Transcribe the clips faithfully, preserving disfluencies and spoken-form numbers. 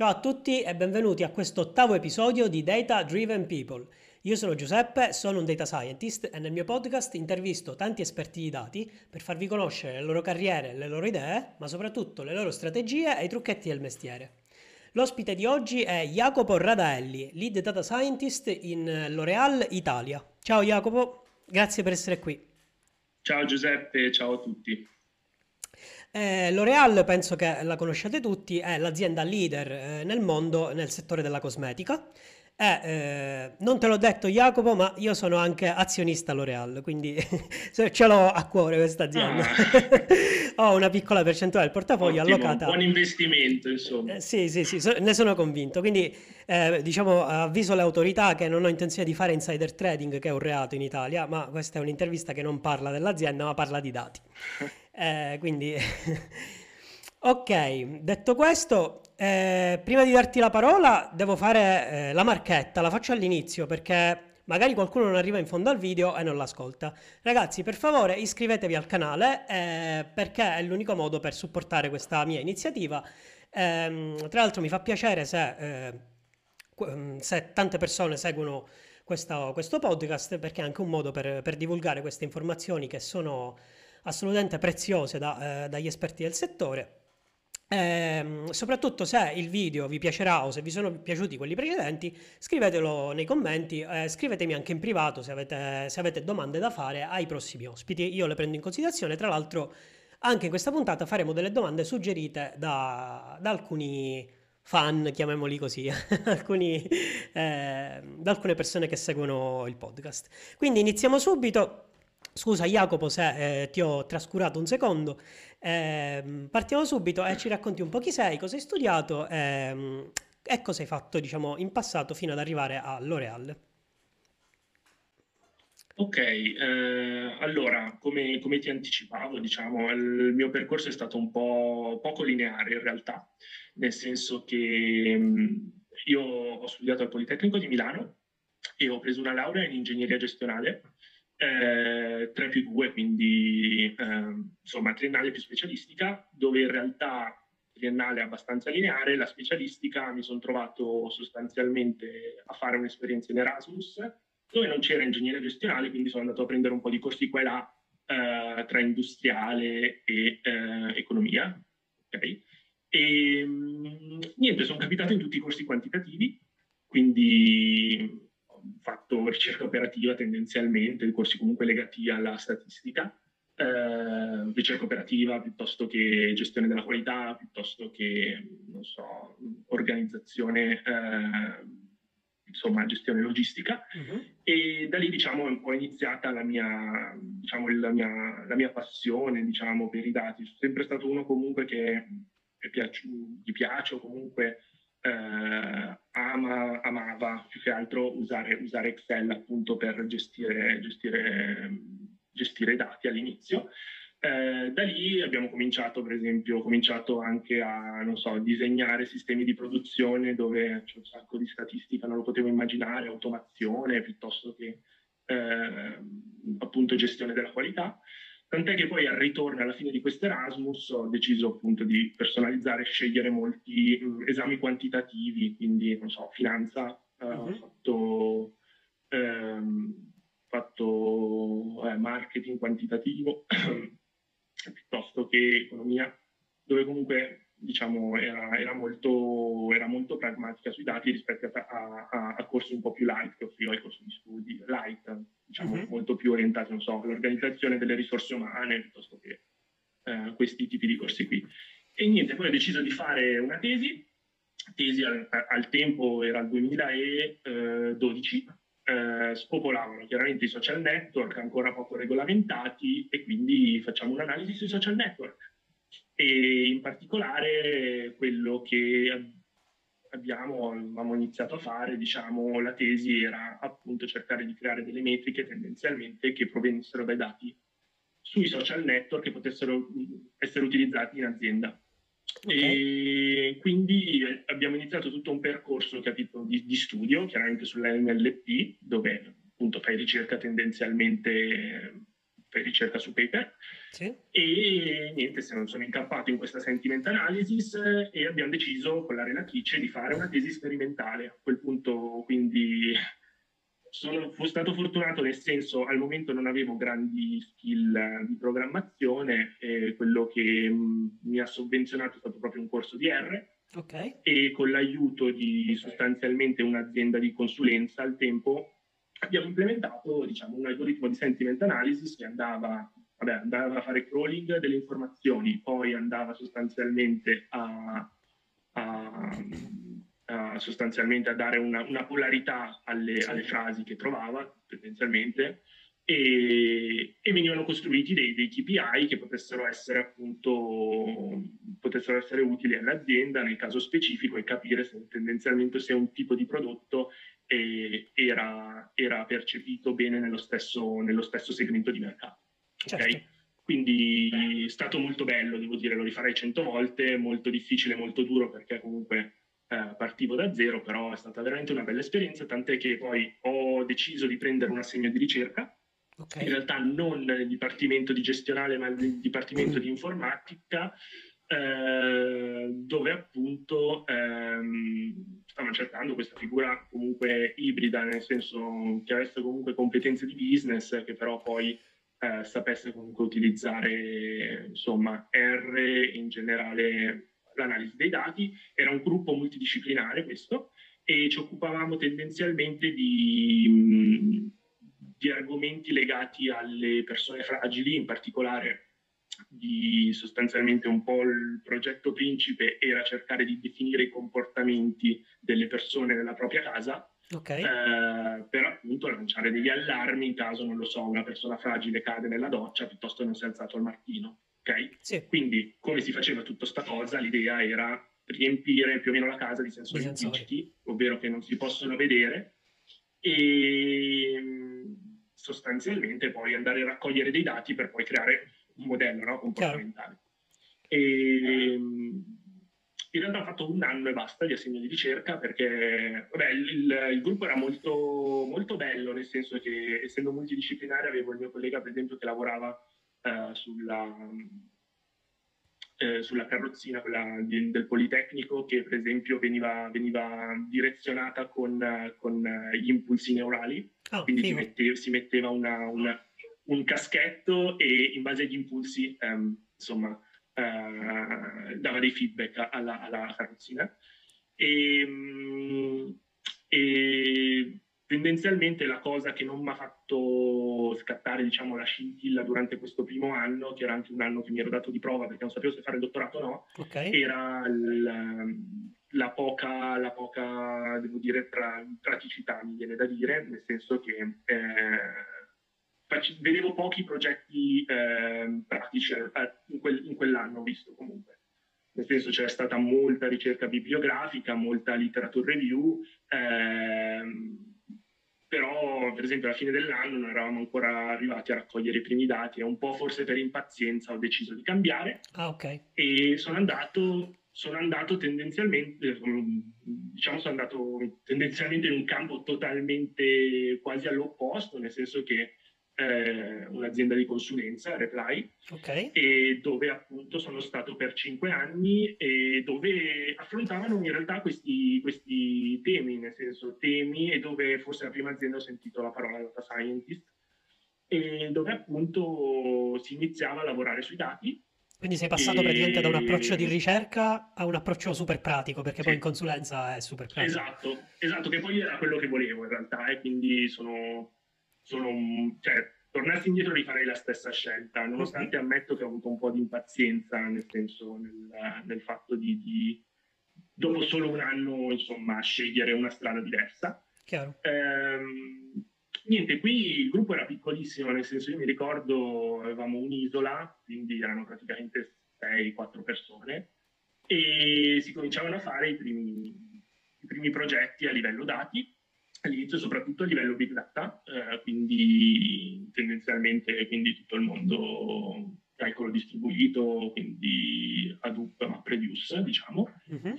Ciao a tutti e benvenuti a questo ottavo episodio di Data Driven People. Io sono Giuseppe, sono un data scientist e nel mio podcast intervisto tanti esperti di dati per farvi conoscere le loro carriere, le loro idee, ma soprattutto le loro strategie e i trucchetti del mestiere. L'ospite di oggi è Jacopo Radaelli, lead data scientist in L'Oréal Italia. Ciao Jacopo, grazie per essere qui. Ciao Giuseppe, ciao a tutti. Eh, L'Oréal, penso che la conosciate tutti, è l'azienda leader eh, nel mondo nel settore della cosmetica. E, eh, non te l'ho detto Jacopo, ma io sono anche azionista L'Oréal, quindi se- ce l'ho a cuore questa azienda. Ah, Ho una piccola percentuale del portafoglio ottimo, buon allocata. investimento, insomma. Eh, sì, sì, sì, so- ne sono convinto. Quindi, eh, diciamo, avviso le autorità che non ho intenzione di fare insider trading, che è un reato in Italia, ma questa è un'intervista che non parla dell'azienda, ma parla di dati. Eh, quindi, ok, detto questo, eh, prima di darti la parola, devo fare eh, la marchetta, la faccio all'inizio perché magari qualcuno non arriva in fondo al video e non l'ascolta. Ragazzi, per favore iscrivetevi al canale eh, perché è l'unico modo per supportare questa mia iniziativa. Ehm, tra l'altro mi fa piacere se, eh, qu- se tante persone seguono questo, questo podcast perché è anche un modo per, per divulgare queste informazioni che sono assolutamente preziose da, eh, dagli esperti del settore. Ehm, soprattutto se il video vi piacerà o se vi sono piaciuti quelli precedenti, scrivetelo nei commenti, eh, scrivetemi anche in privato se avete, se avete domande da fare ai prossimi ospiti. Io le prendo in considerazione. Tra l'altro, anche in questa puntata faremo delle domande suggerite da, da alcuni fan, chiamiamoli così, alcuni, eh, da alcune persone che seguono il podcast. Quindi iniziamo subito. Scusa Jacopo se eh, ti ho trascurato un secondo. Ehm, partiamo subito e ci racconti un po' chi sei, cosa hai studiato ehm, e cosa hai fatto, diciamo, in passato fino ad arrivare a L'Oréal. Ok, eh, allora, come, come ti anticipavo, diciamo, il mio percorso è stato un po' poco lineare in realtà, nel senso che mh, io ho studiato al Politecnico di Milano e ho preso una laurea in ingegneria gestionale, eh, tre più due, quindi eh, insomma triennale più specialistica, dove in realtà triennale è abbastanza lineare, la specialistica mi sono trovato sostanzialmente a fare un'esperienza in Erasmus dove non c'era ingegneria gestionale, quindi sono andato a prendere un po' di corsi qua e là eh, tra industriale e eh, economia. Okay? E mh, niente, sono capitato in tutti i corsi quantitativi, quindi ho fatto ricerca operativa tendenzialmente, corsi comunque legati alla statistica, eh, ricerca operativa piuttosto che gestione della qualità, piuttosto che, non so, organizzazione, eh, insomma, gestione logistica. Mhm. E da lì, diciamo, è un po' iniziata la mia, diciamo, la mia, la mia passione, diciamo, per i dati. Sono sempre stato uno comunque che è piaci- gli piace o comunque eh, ama, amava più che altro usare, usare Excel appunto per gestire, gestire, gestire i dati all'inizio. Eh, da lì abbiamo cominciato, per esempio, ho cominciato anche a, non so, disegnare sistemi di produzione dove c'è un sacco di statistica, non lo potevo immaginare, automazione piuttosto che eh, appunto gestione della qualità. Tant'è che poi al ritorno, alla fine di questo Erasmus, ho deciso appunto di personalizzare, scegliere molti mh, esami quantitativi, quindi, non so, finanza, eh, ho Mhm. fatto, ehm, fatto eh, marketing quantitativo, piuttosto che economia, dove comunque diciamo, era, era, molto, era molto pragmatica sui dati rispetto a, a, a corsi un po' più light che offriva il corso di studi, light, diciamo, Mhm. molto più orientati, non so, all'organizzazione delle risorse umane piuttosto che eh, questi tipi di corsi qui. E niente, poi ho deciso di fare una tesi, tesi al, al tempo era il duemiladodici, eh, spopolavano chiaramente i social network ancora poco regolamentati e quindi facciamo un'analisi sui social network e in particolare quello che abbiamo, abbiamo iniziato a fare, diciamo, la tesi era appunto cercare di creare delle metriche tendenzialmente che provenissero dai dati sui social network che potessero essere utilizzati in azienda. Ok. E quindi abbiamo iniziato tutto un percorso capito, di, di studio, chiaramente sull'N L P, dove appunto fai ricerca tendenzialmente fai ricerca su paper, Sì. e niente, se non sono incappato in questa sentiment analysis eh, e abbiamo deciso con la relatrice di fare una tesi sperimentale. A quel punto, quindi, sono fu stato fortunato nel senso, al momento non avevo grandi skill eh, di programmazione, e quello che mh, mi ha sovvenzionato è stato proprio un corso di R, Ok. e con l'aiuto di sostanzialmente un'azienda di consulenza al tempo abbiamo implementato, diciamo, un algoritmo di sentiment analysis che andava, vabbè, andava a fare crawling delle informazioni, poi andava sostanzialmente a, a, a, sostanzialmente a dare una, una polarità alle, Sì. alle frasi che trovava, tendenzialmente, e, e venivano costruiti dei, dei K P I che potessero essere appunto potessero essere utili all'azienda nel caso specifico, e capire se tendenzialmente se un tipo di prodotto eh, era, era percepito bene nello stesso, nello stesso segmento di mercato. Certo. Okay? Quindi è stato molto bello, devo dire, lo rifarei cento volte, molto difficile, molto duro, perché comunque eh, partivo da zero, però è stata veramente una bella esperienza, tant'è che poi ho deciso di prendere un assegno di ricerca, Ok. in realtà non nel dipartimento di gestionale, ma nel dipartimento di informatica, eh, dove appunto ehm, stavano cercando questa figura comunque ibrida, nel senso che avesse comunque competenze di business, che però poi eh, sapesse comunque utilizzare insomma R, in generale l'analisi dei dati. Era un gruppo multidisciplinare questo, e ci occupavamo tendenzialmente di, mh, di argomenti legati alle persone fragili, in particolare di sostanzialmente un po' il progetto principe era cercare di definire i comportamenti delle persone nella propria casa, Ok. eh, per appunto lanciare degli allarmi in caso, non lo so, una persona fragile cade nella doccia piuttosto non si è alzato al mattino. Ok? Sì. Quindi come si faceva tutta sta cosa? L'idea era riempire più o meno la casa di Di sensori sensori. impliciti, ovvero che non si possono vedere, e mh, sostanzialmente poi andare a raccogliere dei dati per poi creare un modello, no, Chiaro. comportamentale. E, mh, in realtà ho fatto un anno e basta di assegno di ricerca, perché vabbè, il, il- il gruppo era molto, molto bello, nel senso che essendo multidisciplinare avevo il mio collega, per esempio, che lavorava eh, sulla, eh, sulla carrozzina, quella di- del Politecnico, che per esempio veniva, veniva direzionata con, eh, con eh, gli impulsi neurali, Ah, quindi ti figo. mette- si metteva una- una- un caschetto e in base agli impulsi, ehm, insomma, eh, dava dei feedback alla, alla carrozzina. E, mm, e tendenzialmente la cosa che non mi ha fatto scattare, diciamo, la scintilla durante questo primo anno, che era anche un anno che mi ero dato di prova perché non sapevo se fare il dottorato o no, Ok. era il, la poca, la poca, devo dire, pra, praticità, mi viene da dire, nel senso che eh, face- vedevo pochi progetti eh, pratici eh, in, quel, in quell'anno, ho visto comunque. Nel senso c'è stata molta ricerca bibliografica, molta literature review, ehm, però per esempio alla fine dell'anno non eravamo ancora arrivati a raccogliere i primi dati, e un po' forse per impazienza ho deciso di cambiare, Ah, ok. e sono andato, sono andato tendenzialmente, diciamo sono andato tendenzialmente in un campo totalmente quasi all'opposto, nel senso che eh, un'azienda di consulenza, Reply, Ok. e dove appunto sono stato per cinque anni, e dove affrontavano in realtà questi, questi temi, nel senso temi, e dove forse la prima azienda ho sentito la parola data scientist, e dove appunto si iniziava a lavorare sui dati. Quindi sei passato praticamente da un approccio di E ricerca a un approccio super pratico, perché poi in sì, consulenza è super pratico. esatto, esatto, che poi era quello che volevo in realtà, e quindi sono, sono un- cioè, tornassi indietro rifarei la stessa scelta, Mhm. nonostante ammetto che ho avuto un po' di impazienza, nel senso, nel, nel fatto di, di, dopo solo un anno, insomma, scegliere una strada diversa. Chiaro. Ehm, niente, qui il gruppo era piccolissimo, nel senso, io mi ricordo avevamo un'isola, quindi erano praticamente sei quattro persone, e si cominciavano a fare i primi, i primi progetti a livello dati, all'inizio soprattutto a livello big data, eh, quindi tendenzialmente quindi tutto il mondo calcolo distribuito, quindi Hadoop, MapReduce, diciamo. Mhm.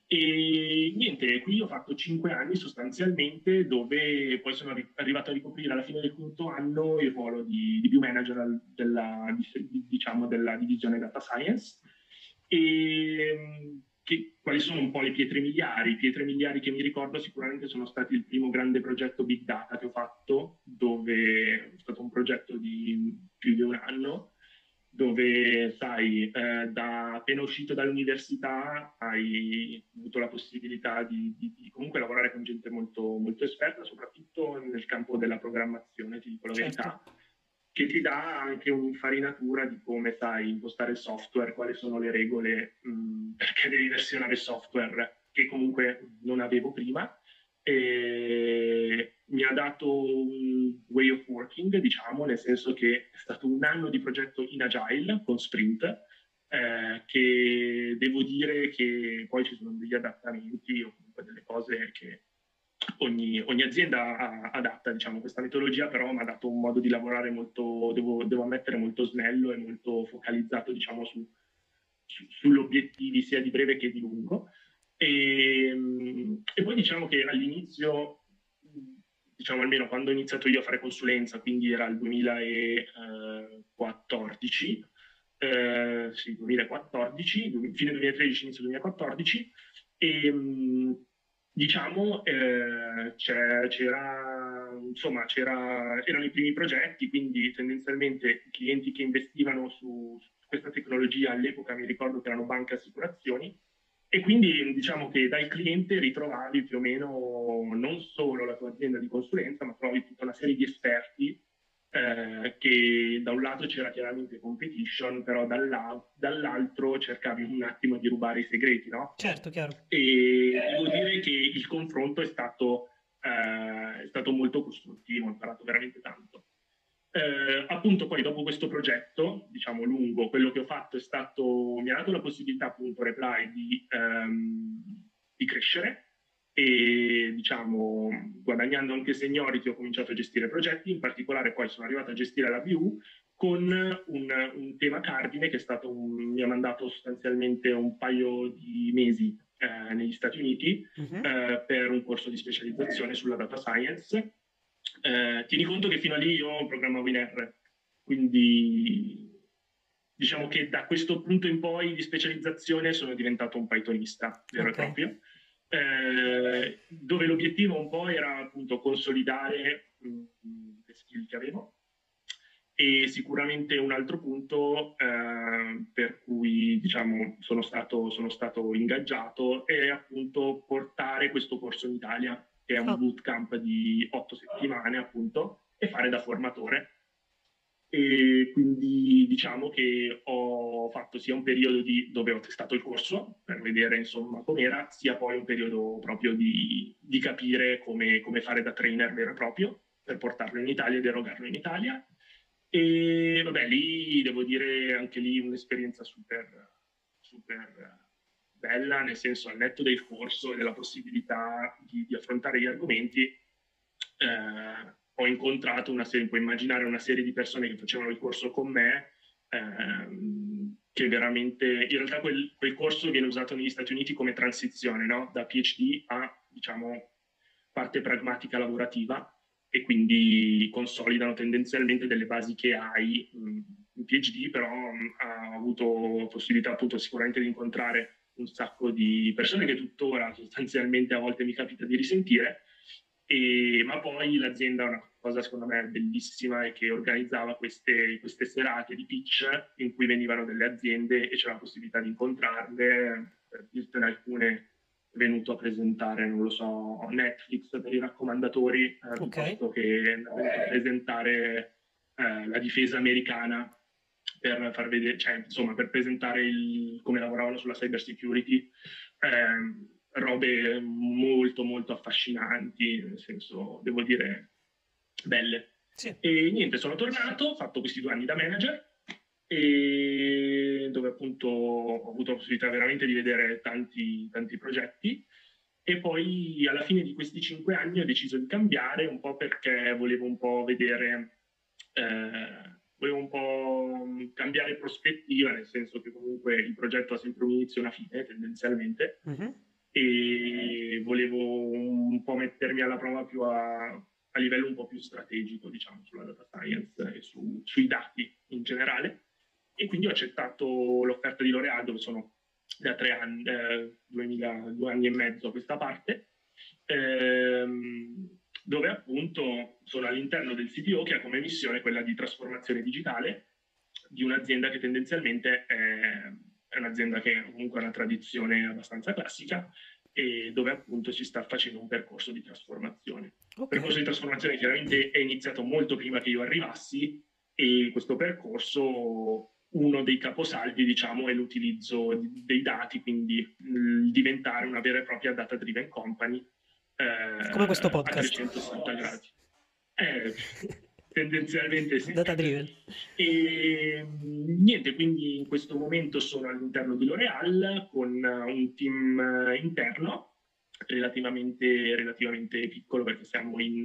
E niente, qui ho fatto cinque anni sostanzialmente, dove poi sono arri- arrivato a ricoprire alla fine del quinto anno il ruolo di, di più manager al- della, di- diciamo, della divisione data science. E mh, che- quali sono un po' le pietre miliari? Pietre miliari che mi ricordo sicuramente sono stati il primo grande progetto Big Data che ho fatto, dove è stato un progetto di più di un anno, dove, sai, eh, da appena uscito dall'università hai avuto la possibilità di, di- di comunque lavorare con gente molto, molto esperta, soprattutto nel campo della programmazione, ti dico la Certo. verità, che ti dà anche un'infarinatura di come, sai, impostare il software, quali sono le regole, mh, perché devi versionare il software, che comunque non avevo prima. E mi ha dato un way of working, diciamo, nel senso che è stato un anno di progetto in Agile con Sprint, eh, che devo dire che poi ci sono degli adattamenti o comunque delle cose che ogni, ogni azienda ha- adatta, diciamo, questa metodologia, però mi ha dato un modo di lavorare molto, devo, devo ammettere, molto snello e molto focalizzato, diciamo, su, su, sugli obiettivi sia di breve che di lungo. E, e poi diciamo che all'inizio, diciamo almeno quando ho iniziato io a fare consulenza, quindi era il duemilaquattordici, eh, sì, duemilaquattordici, fine duemilatredici, inizio duemilaquattordici, e mh, diciamo eh, c'è- c'era, insomma, c'era, erano i primi progetti, quindi tendenzialmente i clienti che investivano su, su questa tecnologia all'epoca mi ricordo che erano banche e assicurazioni, e quindi diciamo che dal cliente ritrovavi più o meno non solo la tua azienda di consulenza, ma trovi tutta una serie di esperti, eh, che da un lato c'era chiaramente competition, però dall'al- dall'altro cercavi un attimo di rubare i segreti, no? Certo, chiaro. E devo dire che il confronto è stato, eh, è stato molto costruttivo, ho imparato veramente tanto. Eh, appunto poi dopo questo progetto, diciamo lungo, quello che ho fatto è stato, mi ha dato la possibilità appunto Reply di, ehm, di crescere, e diciamo guadagnando anche seniority ho cominciato a gestire progetti, in particolare poi sono arrivato a gestire la B U con un, un tema cardine che è stato un, mi ha mandato sostanzialmente un paio di mesi eh, negli Stati Uniti, Mhm. eh, per un corso di specializzazione sulla data science. Eh, tieni conto che fino a lì io programmavo in R, quindi diciamo che da questo punto in poi di specializzazione sono diventato un Pythonista vero e Ok. proprio, eh, dove l'obiettivo un po' era appunto consolidare mh, le skill che avevo. E sicuramente un altro punto eh, per cui diciamo, sono, stato, sono stato ingaggiato è appunto portare questo corso in Italia, che è un Ah, bootcamp di otto settimane appunto, e fare da formatore. E quindi diciamo che ho fatto sia un periodo di, dove ho testato il corso per vedere insomma com'era, sia poi un periodo proprio di, di capire come, come fare da trainer vero e proprio per portarlo in Italia ed erogarlo in Italia. E vabbè, lì devo dire anche lì un'esperienza super, super bella, nel senso al netto del corso e della possibilità di, di affrontare gli argomenti, eh, ho incontrato una serie, puoi immaginare una serie di persone che facevano il corso con me, ehm, che veramente, in realtà quel, quel corso viene usato negli Stati Uniti come transizione, no? Da PhD a, diciamo, parte pragmatica lavorativa, e quindi consolidano tendenzialmente delle basi che hai mh, in PhD, però mh, ho avuto possibilità appunto sicuramente di incontrare un sacco di persone che tuttora sostanzialmente a volte mi capita di risentire, e, ma poi l'azienda, una cosa secondo me bellissima, è che organizzava queste, queste serate di pitch in cui venivano delle aziende e c'era la possibilità di incontrarle. Per dirtene alcune, è venuto a presentare, non lo so, Netflix per i raccomandatori, eh, ok. piuttosto che è venuto a presentare eh, la difesa americana, per far vedere, cioè, insomma, per presentare il, come lavoravano sulla cyber security. Eh, robe molto molto affascinanti, nel senso, devo dire, belle. Sì. E niente, sono tornato, ho fatto questi due anni da manager, e dove appunto ho avuto la possibilità veramente di vedere tanti, tanti progetti, e poi alla fine di questi cinque anni ho deciso di cambiare un po' perché volevo un po' vedere, eh, volevo un po' cambiare prospettiva, nel senso che comunque il progetto ha sempre un inizio e una fine tendenzialmente, Mhm. e volevo un po' mettermi alla prova più a, a livello un po' più strategico, diciamo, sulla data science e su, sui dati in generale. E quindi ho accettato l'offerta di L'Oréal, dove sono da tre anni, eh, duemila, due anni e mezzo a questa parte, ehm, dove appunto sono all'interno del C T O, che ha come missione quella di trasformazione digitale di un'azienda che tendenzialmente è, è un'azienda che comunque ha una tradizione abbastanza classica e dove appunto si sta facendo un percorso di trasformazione. Il Ok. percorso di trasformazione chiaramente è iniziato molto prima che io arrivassi, e questo percorso, uno dei caposaldi, diciamo, è l'utilizzo dei dati, quindi il diventare una vera e propria data-driven company eh, Come questo a podcast. trecentosessanta gradi. Eh, tendenzialmente sì. Data driven. E niente, quindi in questo momento sono all'interno di L'Oréal con un team interno relativamente, relativamente piccolo, perché siamo in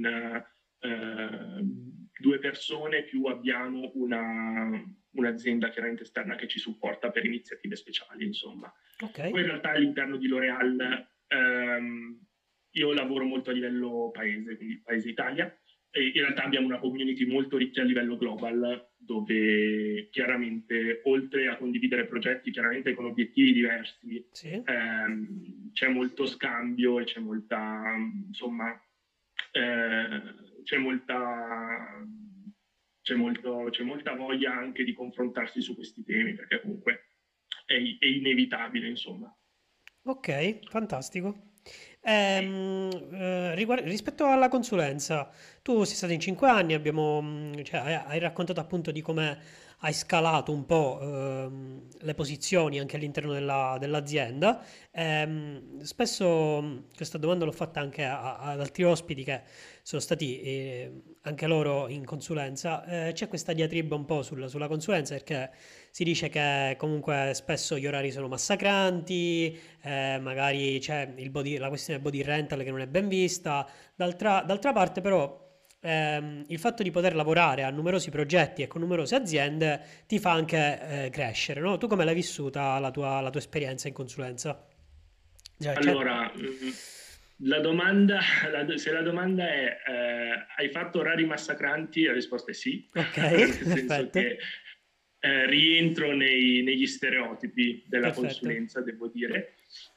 eh, due persone, più abbiamo una, un'azienda chiaramente esterna che ci supporta per iniziative speciali, insomma. Ok. Poi in realtà all'interno di L'Oréal ehm, io lavoro molto a livello paese, quindi paese Italia, e in realtà abbiamo una community molto ricca a livello global, dove chiaramente, oltre a condividere progetti chiaramente con obiettivi diversi, Sì. ehm, c'è molto scambio e c'è molta, insomma, eh, c'è molta, c'è, molto, c'è molta voglia anche di confrontarsi su questi temi, perché comunque è, è inevitabile, insomma. Ok, fantastico. Ehm, eh, riguard- rispetto alla consulenza, tu sei stato in cinque anni, abbiamo, mm, cioè, hai, hai raccontato appunto di come hai scalato un po' ehm, le posizioni anche all'interno della- dell'azienda. Ehm, spesso mm, questa domanda l'ho fatta anche a- ad altri ospiti che sono stati eh, anche loro in consulenza. Eh, c'è questa diatriba un po' sulla, sulla consulenza perché si dice che comunque spesso gli orari sono massacranti, eh, magari c'è il body- la questione body rental che non è ben vista. D'altra, d'altra parte, però, ehm, il fatto di poter lavorare a numerosi progetti e con numerose aziende ti fa anche eh, crescere, no? Tu come l'hai vissuta la tua, la tua esperienza in consulenza? Cioè, c'è- Allora, mh, la domanda, la- se la domanda è eh, hai fatto orari massacranti, la risposta è sì, Ok, nel senso perfetto, che eh, rientro nei- negli stereotipi della perfetto. consulenza, devo dire.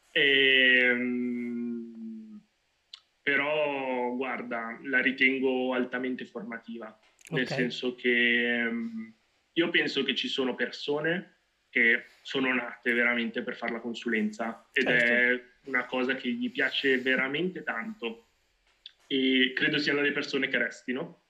Ehm, però, guarda, la ritengo altamente formativa, nel Ok, senso che ehm, io penso che ci sono persone che sono nate veramente per fare la consulenza ed certo. è una cosa che gli piace veramente tanto e credo siano le persone che restino.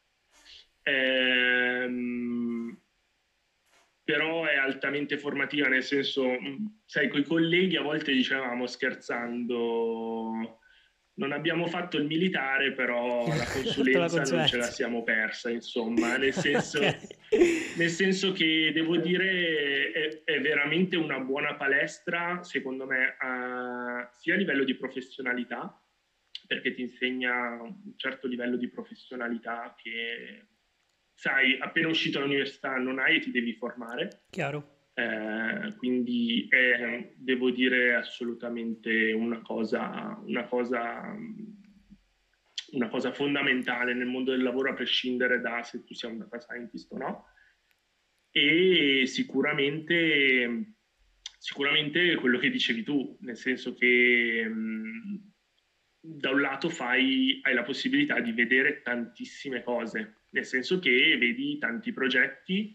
Ehm, però è altamente formativa, nel senso, mh, sai, con i colleghi a volte dicevamo scherzando, non abbiamo fatto il militare, però la Tutta la consulenza non ce la consulenza. siamo persa, insomma, nel Ok. senso, nel senso che devo dire è, è veramente una buona palestra, secondo me, a- sia a livello di professionalità, perché ti insegna un certo livello di professionalità che, sai, appena uscito dall'università non hai e ti devi formare. Chiaro. Eh, quindi è, devo dire, assolutamente una cosa, una cosa, una cosa fondamentale nel mondo del lavoro, a prescindere da se tu sia un data scientist o no. E sicuramente, sicuramente quello che dicevi tu, nel senso che mh, da un lato fai, hai la possibilità di vedere tantissime cose, nel senso che vedi tanti progetti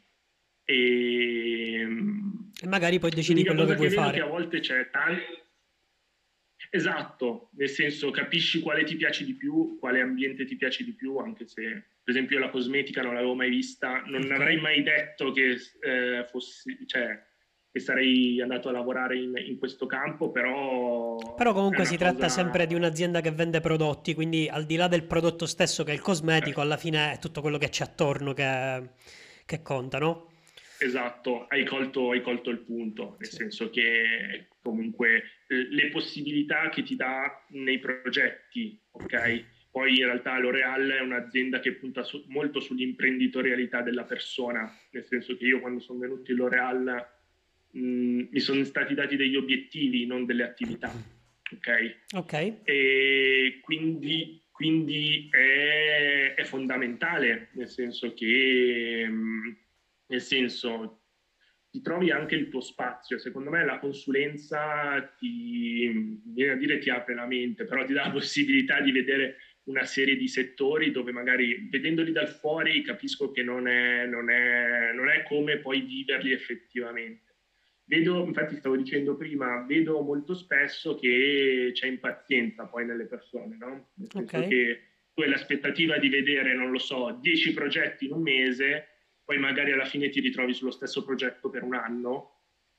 e mh, E magari poi decidi l'unica quello che cosa che vuoi vedo è che a fare. volte c'è tanto. Esatto, nel senso capisci quale ti piace di più, quale ambiente ti piace di più, anche se per esempio la cosmetica non l'avevo mai vista, non Ok. avrei mai detto che eh, fossi, cioè, che sarei andato a lavorare in, in questo campo, però Però è comunque una si tratta cosa. sempre di un'azienda che vende prodotti, quindi al di là del prodotto stesso che è il cosmetico, alla fine è tutto quello che c'è attorno che, che conta, no? Esatto, hai colto, hai colto il punto, nel Sì. senso che comunque eh, le possibilità che ti dà nei progetti, ok? Poi in realtà L'Oréal è un'azienda che punta su- molto sull'imprenditorialità della persona, nel senso che io quando sono venuto in L'Oréal mh, mi sono stati dati degli obiettivi, non delle attività, ok? Ok. E quindi, quindi è, è fondamentale, nel senso che, mh, nel senso, ti trovi anche il tuo spazio. Secondo me la consulenza ti, viene a dire ti apre la mente, però ti dà la possibilità di vedere una serie di settori dove magari vedendoli dal fuori capisco che non è, non è, non è come poi viverli effettivamente. Vedo, infatti stavo dicendo prima, vedo molto spesso che c'è impazienza poi nelle persone, no? Nel Ok. senso che tu hai l'aspettativa di vedere, non lo so, dieci progetti in un mese, poi magari alla fine ti ritrovi sullo stesso progetto per un anno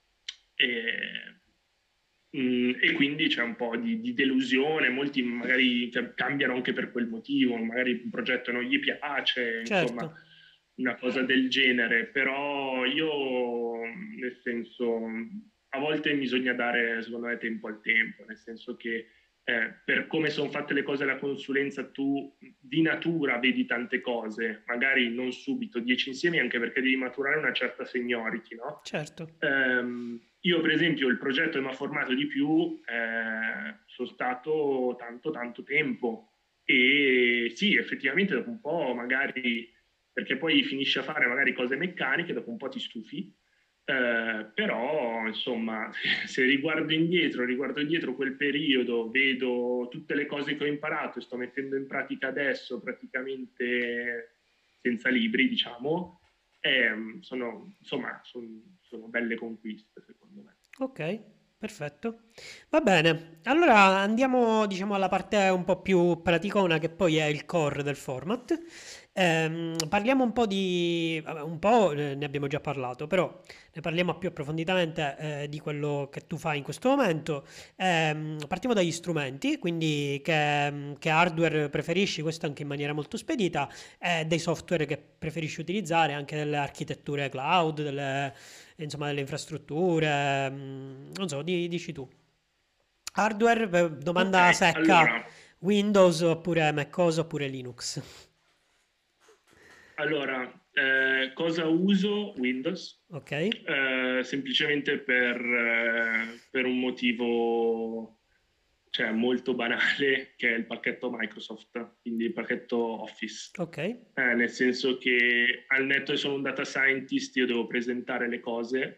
e, mm, e quindi c'è un po' di, di delusione, molti magari cambiano anche per quel motivo, magari un progetto non gli piace, insomma, Certo. una cosa del genere, però io, nel senso, a volte bisogna dare, secondo me, tempo al tempo, nel senso che eh, per come sono fatte le cose alla consulenza, tu di natura vedi tante cose, magari non subito dieci insieme, anche perché devi maturare una certa seniority, no? Certo. Um, io, per esempio, il progetto che mi ha formato di più eh, sono stato tanto, tanto tempo e sì, effettivamente dopo un po' magari, perché poi finisci a fare magari cose meccaniche, dopo un po' ti stufi, eh, però insomma, se riguardo indietro, riguardo indietro quel periodo, vedo tutte le cose che ho imparato e sto mettendo in pratica adesso praticamente senza libri, diciamo, eh, sono, insomma, son- sono belle conquiste, secondo me. Ok, perfetto. Va bene. Allora andiamo, diciamo, alla parte un po' più praticona, che poi è il core del format. Ehm, parliamo un po' di, vabbè, un po' eh, ne abbiamo già parlato, però ne parliamo più approfonditamente eh, di quello che tu fai in questo momento. Ehm, partiamo dagli strumenti, quindi che, che hardware preferisci, questo anche in maniera molto spedita, e dei software che preferisci utilizzare, anche delle architetture cloud, delle, insomma, delle infrastrutture, mm, non so, di- dici tu. Hardware, eh, Ok, domanda secca, allora, Windows oppure macOS oppure Linux. allora eh, cosa uso? Windows, Ok? eh, semplicemente per, eh, per un motivo cioè, molto banale, che è il pacchetto Microsoft, quindi il pacchetto Office. Ok? Eh, nel senso che al netto che sono un data scientist, io devo presentare le cose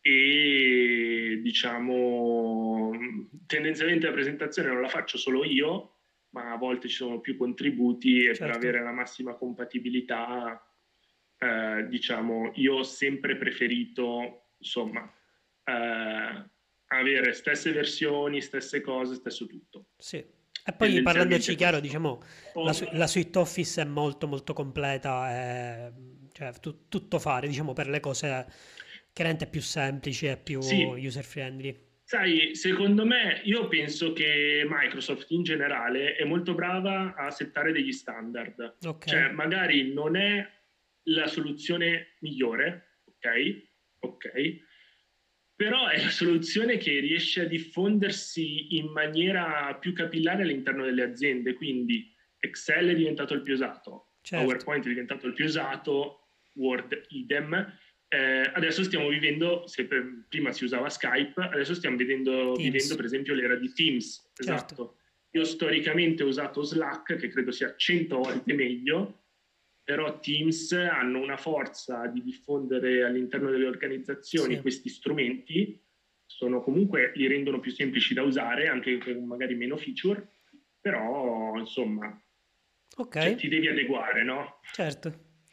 e diciamo tendenzialmente la presentazione non la faccio solo io, ma a volte ci sono più contributi e per Certo. avere la massima compatibilità, eh, diciamo, io ho sempre preferito, insomma, eh, avere stesse versioni, stesse cose, stesso tutto. Sì. E poi parlandoci Tendenzialmente chiaro, questo. diciamo, la, Oh, su- la suite Office è molto molto completa, è, cioè tu- tutto fare, diciamo, per le cose chiaramente più semplici e più sì, user friendly. sai, secondo me, io penso che Microsoft in generale è molto brava a settare degli standard. Ok, Cioè, magari non è la soluzione migliore, ok? Ok, però è la soluzione che riesce a diffondersi in maniera più capillare all'interno delle aziende. Quindi Excel è diventato il più usato, certo. PowerPoint è diventato il più usato, Word idem. Eh, adesso stiamo vivendo, se per, prima si usava Skype, adesso stiamo vedendo, vivendo Teams, per esempio l'era di Teams, certo. esatto. Io storicamente ho usato Slack, che credo sia cento volte meglio, però Teams hanno una forza di diffondere all'interno delle organizzazioni Sì. questi strumenti, sono comunque li rendono più semplici da usare, anche con magari meno feature, però insomma, Ok, cioè, ti devi adeguare, no? certo.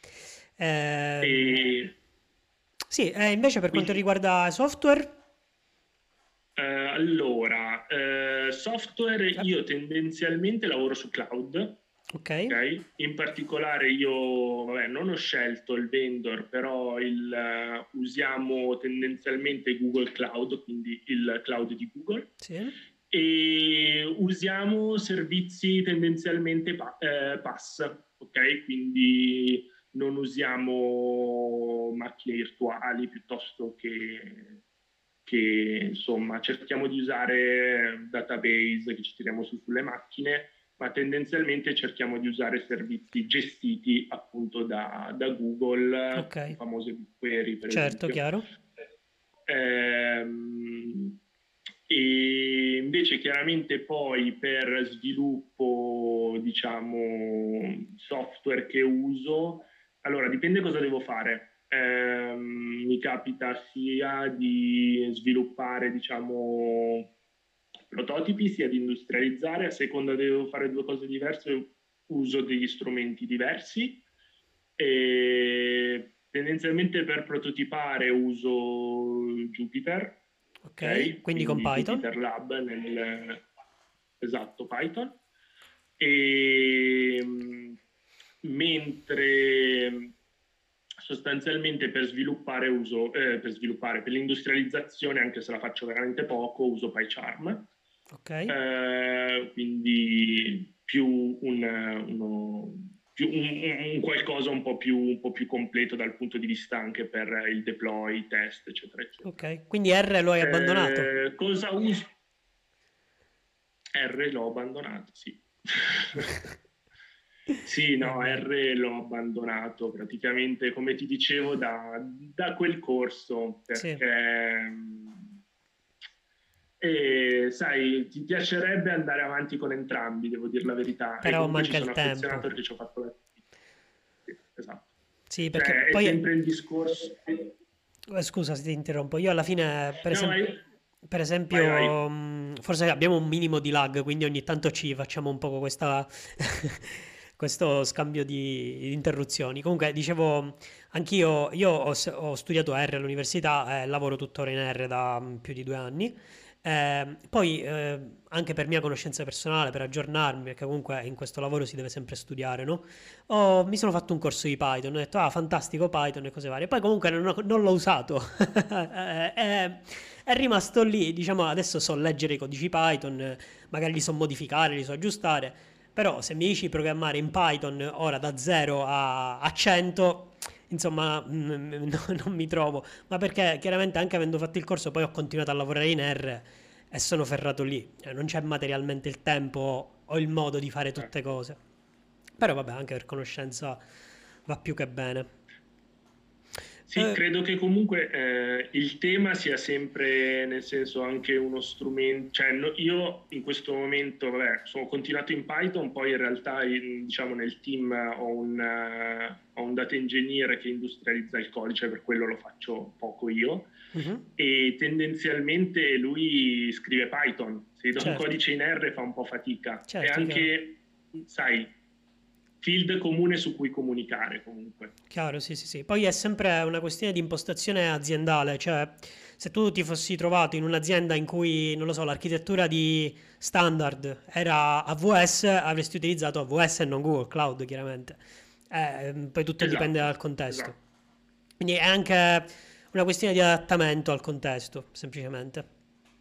Ehm, E sì, e invece per quanto quindi riguarda software, Eh, allora, eh, software eh, io tendenzialmente lavoro su cloud, ok, ok? In particolare io, vabbè, non ho scelto il vendor, però il, eh, usiamo tendenzialmente Google Cloud, quindi il cloud di Google, sì, e usiamo servizi tendenzialmente pa- eh, PaaS, ok? Quindi non usiamo macchine virtuali piuttosto che, che insomma cerchiamo di usare database che ci tiriamo su sulle macchine, ma tendenzialmente cerchiamo di usare servizi gestiti appunto da, da Google, ok, il famoso BigQuery per certo, esempio. chiaro. Ehm, E invece chiaramente poi per sviluppo, diciamo, software che uso, allora dipende cosa devo fare. Ehm, mi capita sia di sviluppare, diciamo, prototipi, sia di industrializzare. A seconda devo fare due cose diverse, uso degli strumenti diversi. E tendenzialmente per prototipare uso Jupyter, Ok, ok? quindi con Quindi Python. Jupyter Lab nel esatto Python. E mh, mentre sostanzialmente per sviluppare uso, eh, per sviluppare, per l'industrializzazione, anche se la faccio veramente poco, uso PyCharm. Ok, Eh, quindi più un, uno, più un, un qualcosa un po' più, un po' più completo dal punto di vista anche per il deploy, i test, eccetera, eccetera. ok. Quindi R lo hai abbandonato. Eh, cosa uso? R l'ho abbandonato, sì. Sì, Va no, bene. R l'ho abbandonato praticamente, come ti dicevo, da, da quel corso, Sì, perché, mh, e, sai, ti piacerebbe andare avanti con entrambi, devo dire la verità, e però comunque ci manca sono il affezionato tempo. perché ci ho fatto la... Sì, esatto. Sì, perché Cioè, è poi, sempre il discorso... eh, scusa se ti interrompo, io alla fine, per No, esempio, vai, per vai, vai. esempio, mh, forse abbiamo un minimo di lag, quindi ogni tanto ci facciamo un po' questa, questo scambio di, di interruzioni. Comunque, dicevo, anch'io, io ho, s- ho studiato R all'università e lavoro tuttora in R da mh, più di due anni. Eh, poi, eh, anche per mia conoscenza personale, per aggiornarmi, perché comunque in questo lavoro si deve sempre studiare, no? Ho- mi sono fatto un corso di Python, ho detto, ah, fantastico Python e cose varie. Poi comunque non, ho- non l'ho usato. è, è- è rimasto lì, diciamo, adesso so leggere i codici Python, eh, magari li so modificare, li so aggiustare, però se mi dici programmare in Python ora da zero a, a cento, insomma, mm, no- non mi trovo. Ma perché chiaramente anche avendo fatto il corso poi ho continuato a lavorare in R e sono ferrato lì. Cioè, non c'è materialmente il tempo o il modo di fare Eh. tutte cose. Però vabbè, anche per conoscenza va più che bene. Sì, Eh, credo che comunque eh, il tema sia sempre, nel senso, anche uno strumento, cioè no- io in questo momento, vabbè, sono continuato in Python, poi in realtà in- diciamo nel team ho un, eh, ho un data engineer che industrializza il codice, per quello lo faccio poco io, mhm, e tendenzialmente lui scrive Python, se gli do un certo, codice in R fa un po' fatica, e certo, chiaro. anche, sai, field comune su cui comunicare comunque. Chiaro, sì, sì, sì. Poi è sempre una questione di impostazione aziendale, cioè se tu ti fossi trovato in un'azienda in cui, non lo so, l'architettura di standard era A W S, avresti utilizzato A W S e non Google Cloud, chiaramente. Eh, poi tutto dipende Esatto, dal contesto. esatto. Quindi è anche una questione di adattamento al contesto, semplicemente.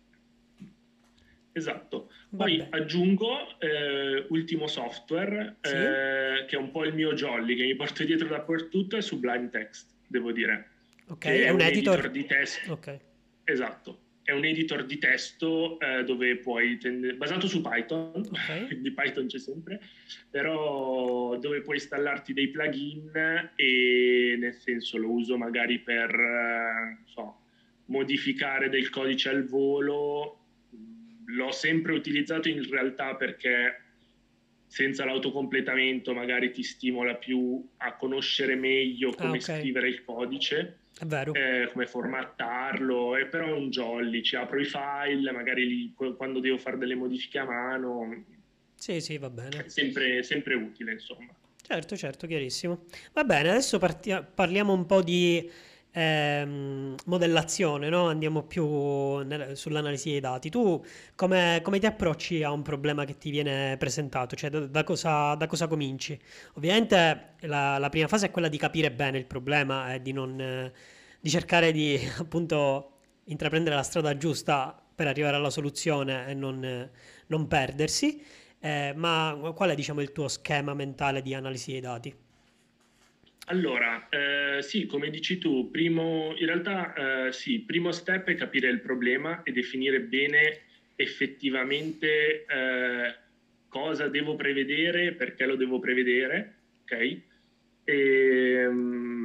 Esatto. Poi Vabbè, aggiungo eh, ultimo software sì, eh, che è un po' il mio jolly, che mi porto dietro dappertutto, è Sublime Text, devo dire, ok, che è è un un editor. editor di testo. Ok, Esatto, è un editor di testo eh, dove puoi tende- basato su Python, ok, quindi Python c'è sempre, però dove puoi installarti dei plugin e nel senso lo uso magari per, eh, non so, modificare del codice al volo. L'ho sempre utilizzato in realtà perché senza l'autocompletamento magari ti stimola più a conoscere meglio ah, come ok, scrivere il codice, è vero. eh, come formattarlo, è però un jolly, ci apro i file, magari li, quando devo fare delle modifiche a mano, Sì, sì, va bene. è sempre, sempre utile, insomma. Certo, certo, chiarissimo. Va bene, adesso partia- parliamo un po' di ehm, modellazione, no? Andiamo più nel- sull'analisi dei dati. Tu come, come ti approcci a un problema che ti viene presentato? Cioè, da, da cosa, da cosa cominci? Ovviamente la, la prima fase è quella di capire bene il problema e di non, eh, di cercare di appunto intraprendere la strada giusta per arrivare alla soluzione e non, eh, non perdersi. Eh, ma qual è, diciamo, il tuo schema mentale di analisi dei dati? Allora, eh, sì, come dici tu, primo, in realtà eh, sì, primo step è capire il problema e definire bene effettivamente eh, cosa devo prevedere, perché lo devo prevedere, ok? E, mm,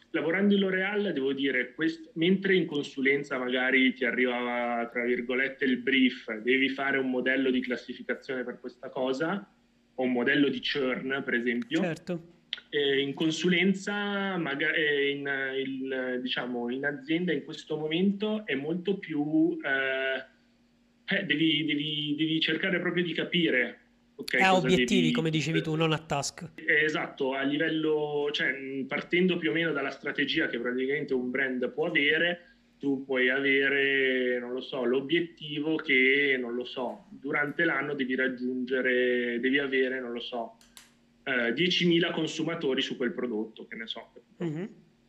lavorando in L'Oréal, devo dire, quest- mentre in consulenza magari ti arrivava, tra virgolette, il brief, devi fare un modello di classificazione per questa cosa, o un modello di churn, per esempio, Certo. eh, in consulenza, magari in, in, diciamo, in azienda in questo momento è molto più... Eh, eh, devi, devi, devi cercare proprio di capire, E ok, ha cosa obiettivi, devi... come dicevi tu, non a task. Eh, Esatto, a livello, cioè mh, partendo più o meno dalla strategia che praticamente un brand può avere, tu puoi avere, non lo so, l'obiettivo che, non lo so, durante l'anno devi raggiungere, devi avere, non lo so, eh, diecimila consumatori su quel prodotto, che ne so. Mhm.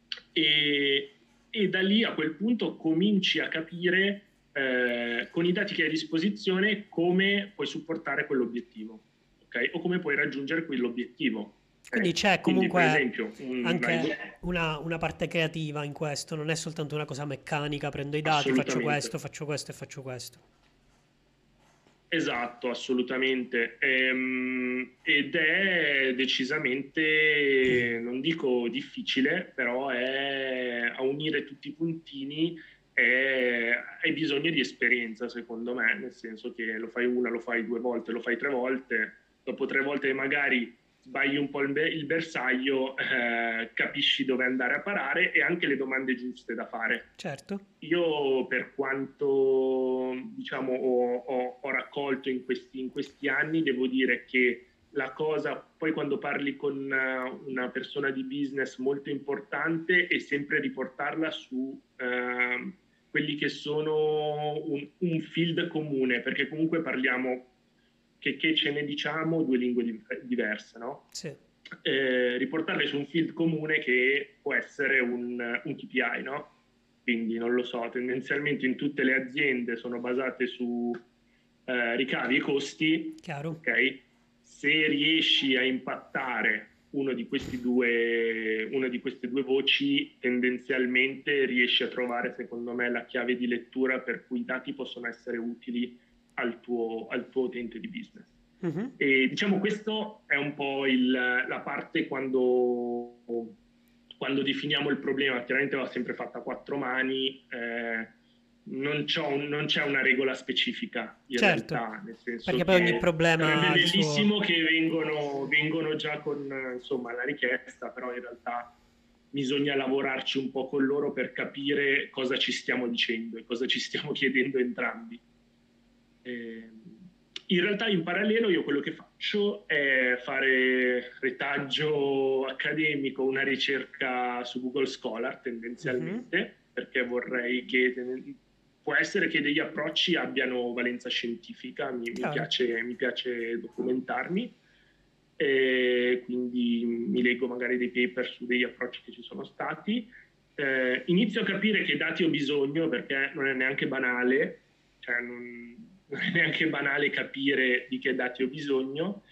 E, e da lì a quel punto cominci a capire eh, con i dati che hai a disposizione come puoi supportare quell'obiettivo, ok? O come puoi raggiungere quell'obiettivo. Quindi ok? c'è Quindi, per comunque esempio, un, anche una, una parte creativa in questo, non è soltanto una cosa meccanica, prendo i dati, faccio assolutamente. questo, faccio questo e faccio questo. Esatto, assolutamente. Ehm, ed è decisamente, non dico difficile, però è a unire tutti i puntini è, hai bisogno di esperienza, secondo me, nel senso che lo fai una, lo fai due volte, lo fai tre volte, dopo tre volte magari sbagli un po' il, be- il bersaglio, eh, capisci dove andare a parare e anche le domande giuste da fare. Certo, Io per quanto diciamo, ho, ho- ho raccolto in questi, in questi anni, devo dire che la cosa, poi quando parli con eh, una persona di business molto importante, è sempre riportarla su eh, quelli che sono un, un field comune, perché comunque parliamo, che, che ce ne diciamo, due lingue di- diverse, no? sì, Eh, riportarle su un field comune che può essere un, un K P I, no? Quindi non lo so, tendenzialmente in tutte le aziende sono basate su eh, ricavi e costi, chiaro. ok? Se riesci a impattare uno di questi due, una di queste due voci, tendenzialmente riesci a trovare, secondo me, la chiave di lettura per cui i dati possono essere utili al tuo, al tuo utente di business. Mhm. E diciamo questo è un po' il, la parte quando, quando definiamo il problema, chiaramente va sempre fatta a quattro mani, eh, non, un, non c'è una regola specifica in Certo, realtà, nel senso perché poi ogni che problema sarebbe ha il suo... bellissimo che vengono, vengono già con insomma, la richiesta, però in realtà bisogna lavorarci un po' con loro per capire cosa ci stiamo dicendo e cosa ci stiamo chiedendo entrambi. Eh, in realtà in parallelo io quello che faccio è fare retaggio accademico, una ricerca su Google Scholar Mhm. tendenzialmente, perché vorrei che può essere che degli approcci abbiano valenza scientifica, mi, mi Chiaro. piace, mi piace documentarmi, e quindi mi leggo magari dei paper su degli approcci che ci sono stati. Eh, inizio a capire che dati ho bisogno perché non è neanche banale, cioè non, non è neanche banale capire di che dati ho bisogno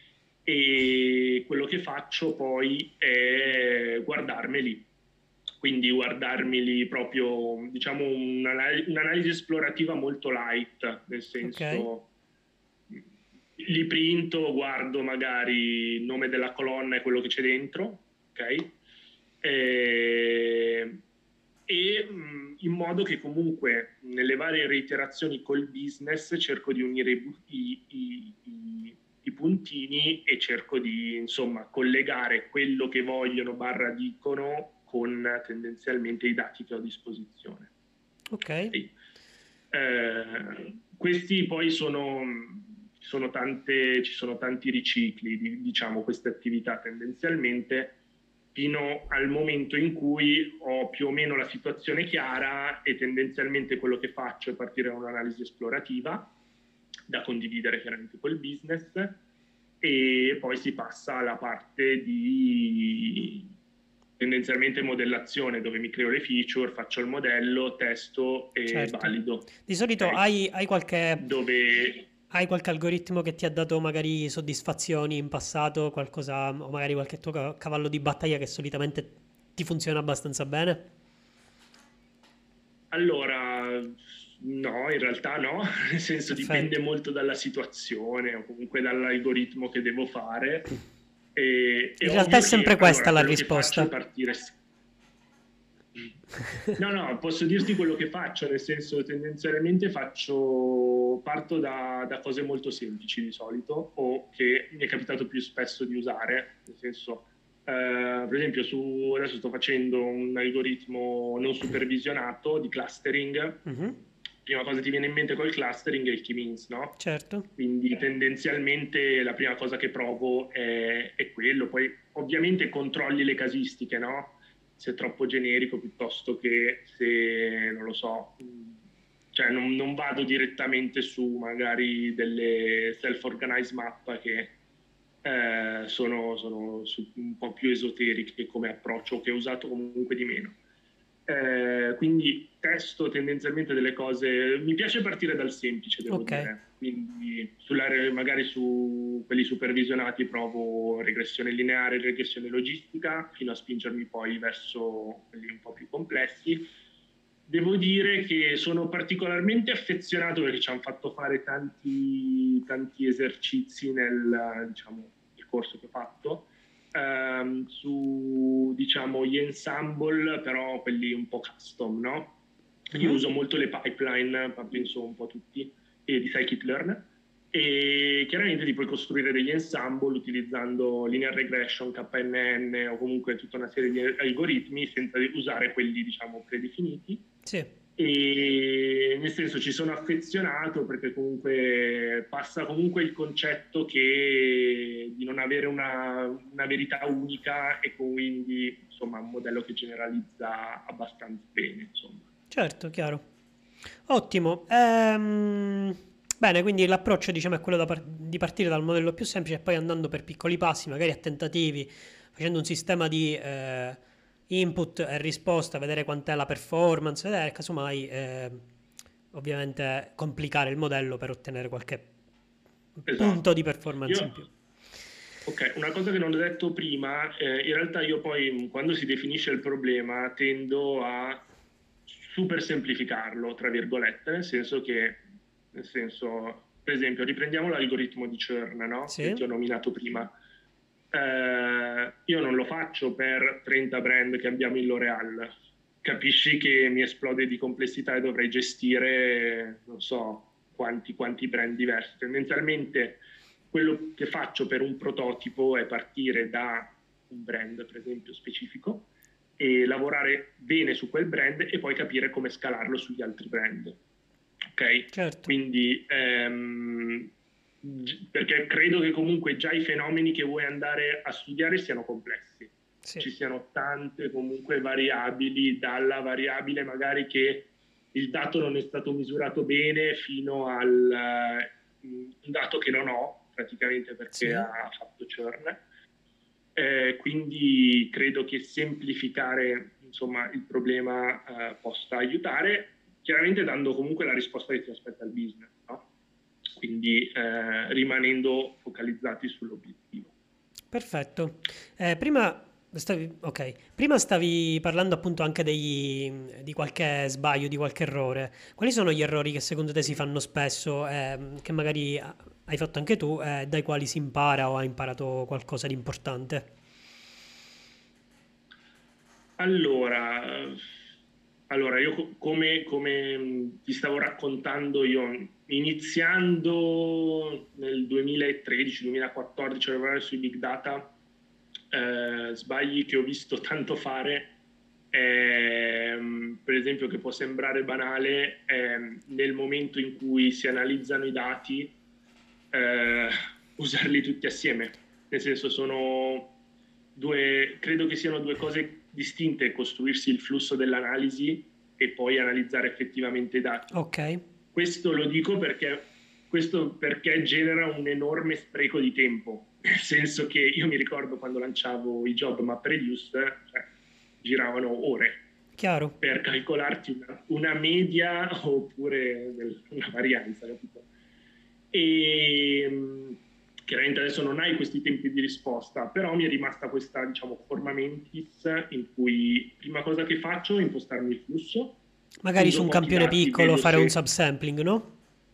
e quello che faccio poi è guardarmeli. Quindi guardarmeli proprio, diciamo, un'analisi, un'analisi esplorativa molto light, nel Ok, senso li printo, guardo magari il nome della colonna e quello che c'è dentro, ok? E, e mh, in modo che comunque nelle varie reiterazioni col business cerco di unire i, i, i, i, i puntini e cerco di insomma collegare quello che vogliono barra dicono con tendenzialmente i dati che ho a disposizione. ok, Okay. Eh, questi poi sono, ci sono tante, ci sono tanti ricicli di, diciamo, queste attività tendenzialmente fino al momento in cui ho più o meno la situazione chiara e tendenzialmente quello che faccio è partire da un'analisi esplorativa da condividere chiaramente col business e poi si passa alla parte di tendenzialmente modellazione dove mi creo le feature, faccio il modello, testo e certo. valido. Di solito Ok? hai, hai qualche, Dove hai qualche algoritmo che ti ha dato magari soddisfazioni in passato, qualcosa, o magari qualche tuo ca- cavallo di battaglia che solitamente ti funziona abbastanza bene? allora, no, in realtà no, nel senso dipende Perfetto. molto dalla situazione o comunque dall'algoritmo che devo fare. E, è In realtà è ovvio che sempre questa allora la quello che faccio è risposta. partire. No, no, posso dirti quello che faccio, nel senso tendenzialmente faccio, parto da, da cose molto semplici di solito o che mi è capitato più spesso di usare, nel senso, eh, per esempio su, adesso sto facendo un algoritmo non supervisionato di clustering. Mhm. Prima cosa che ti viene in mente col clustering è il k-means, no? Certo. Quindi tendenzialmente la prima cosa che provo è, è quello, poi ovviamente controlli le casistiche, no? Se è troppo generico piuttosto che se, non lo so, cioè non, non vado direttamente su magari delle self-organized map che eh, sono, sono su- un po' più esoteriche come approccio, che ho usato comunque di meno. Eh, quindi testo tendenzialmente delle cose, mi piace partire dal semplice, devo Ok. dire, quindi sull'area- magari su quelli supervisionati provo regressione lineare, regressione logistica, fino a spingermi poi verso quelli un po' più complessi. Devo dire che sono particolarmente affezionato perché ci hanno fatto fare tanti, tanti esercizi nel, diciamo, il corso che ho fatto, ehm, su, diciamo, gli ensemble, però quelli un po' custom, no? Io Mhm. uso molto le pipeline, ma penso un po' tutti, e di scikit-learn, e chiaramente ti puoi costruire degli ensemble utilizzando linear regression, K N N o comunque tutta una serie di algoritmi senza usare quelli, diciamo, predefiniti. Sì. E nel senso ci sono affezionato perché comunque passa comunque il concetto che di non avere una, una verità unica e quindi insomma un modello che generalizza abbastanza bene, insomma. Certo, chiaro. Ottimo. Ehm, bene, quindi l'approccio, diciamo, è quello da par- di partire dal modello più semplice e poi andando per piccoli passi, magari a tentativi, facendo un sistema di eh, input e risposta, vedere quant'è la performance, vedere, casomai, eh, ovviamente, complicare il modello per ottenere qualche punto di Esatto. performance in Io, più. ok, una cosa che non ho detto prima, eh, in realtà io poi quando si definisce il problema tendo a super semplificarlo, tra virgolette, nel senso che, nel senso, per esempio, riprendiamo l'algoritmo di churn, no? Che Sì? ti ho nominato prima. Eh, io non lo faccio per trenta brand che abbiamo in L'Oreal. Capisci che mi esplode di complessità e dovrei gestire, non so, quanti, quanti brand diversi. Tendenzialmente quello che faccio per un prototipo è partire da un brand, per esempio, specifico e lavorare bene su quel brand e poi capire come scalarlo sugli altri brand. Ok? Certo. Quindi, ehm, perché credo che comunque già i fenomeni che vuoi andare a studiare siano complessi. Sì. Ci siano tante comunque variabili, dalla variabile magari che il dato non è stato misurato bene fino al uh, un dato che non ho praticamente perché Sì. ha fatto churn. Eh, quindi credo che semplificare insomma, il problema eh, possa aiutare, chiaramente dando comunque la risposta che ti aspetta il business, no? Quindi eh, rimanendo focalizzati sull'obiettivo. Perfetto. Eh, prima stavi, ok, prima stavi parlando appunto anche degli- di qualche sbaglio, di qualche errore. Quali sono gli errori che secondo te si fanno spesso, ehm, che magari ah, hai fatto anche tu, eh, dai quali si impara o hai imparato qualcosa di importante? Allora, allora io co- come, come ti stavo raccontando, io iniziando nel duemilatredici-duemilaquattordici a lavorare sui big data, eh, sbagli che ho visto tanto fare, ehm, per esempio che può sembrare banale, ehm, nel momento in cui si analizzano i dati, eh, usarli tutti assieme. Nel senso sono due, credo che siano due cose distinte, costruirsi il flusso dell'analisi e poi analizzare effettivamente i dati. Ok, Questo lo dico perché, questo perché genera un enorme spreco di tempo, nel senso che io mi ricordo quando lanciavo i job map reduce, cioè, giravano ore chiaro. per calcolarti una, una media oppure una varianza, capito? E mh, chiaramente adesso non hai questi tempi di risposta, però mi è rimasta questa, diciamo, forma mentis in cui prima cosa che faccio è impostarmi il flusso, Magari su uso un pochi campione dati, piccolo vedo fare un se subsampling, no?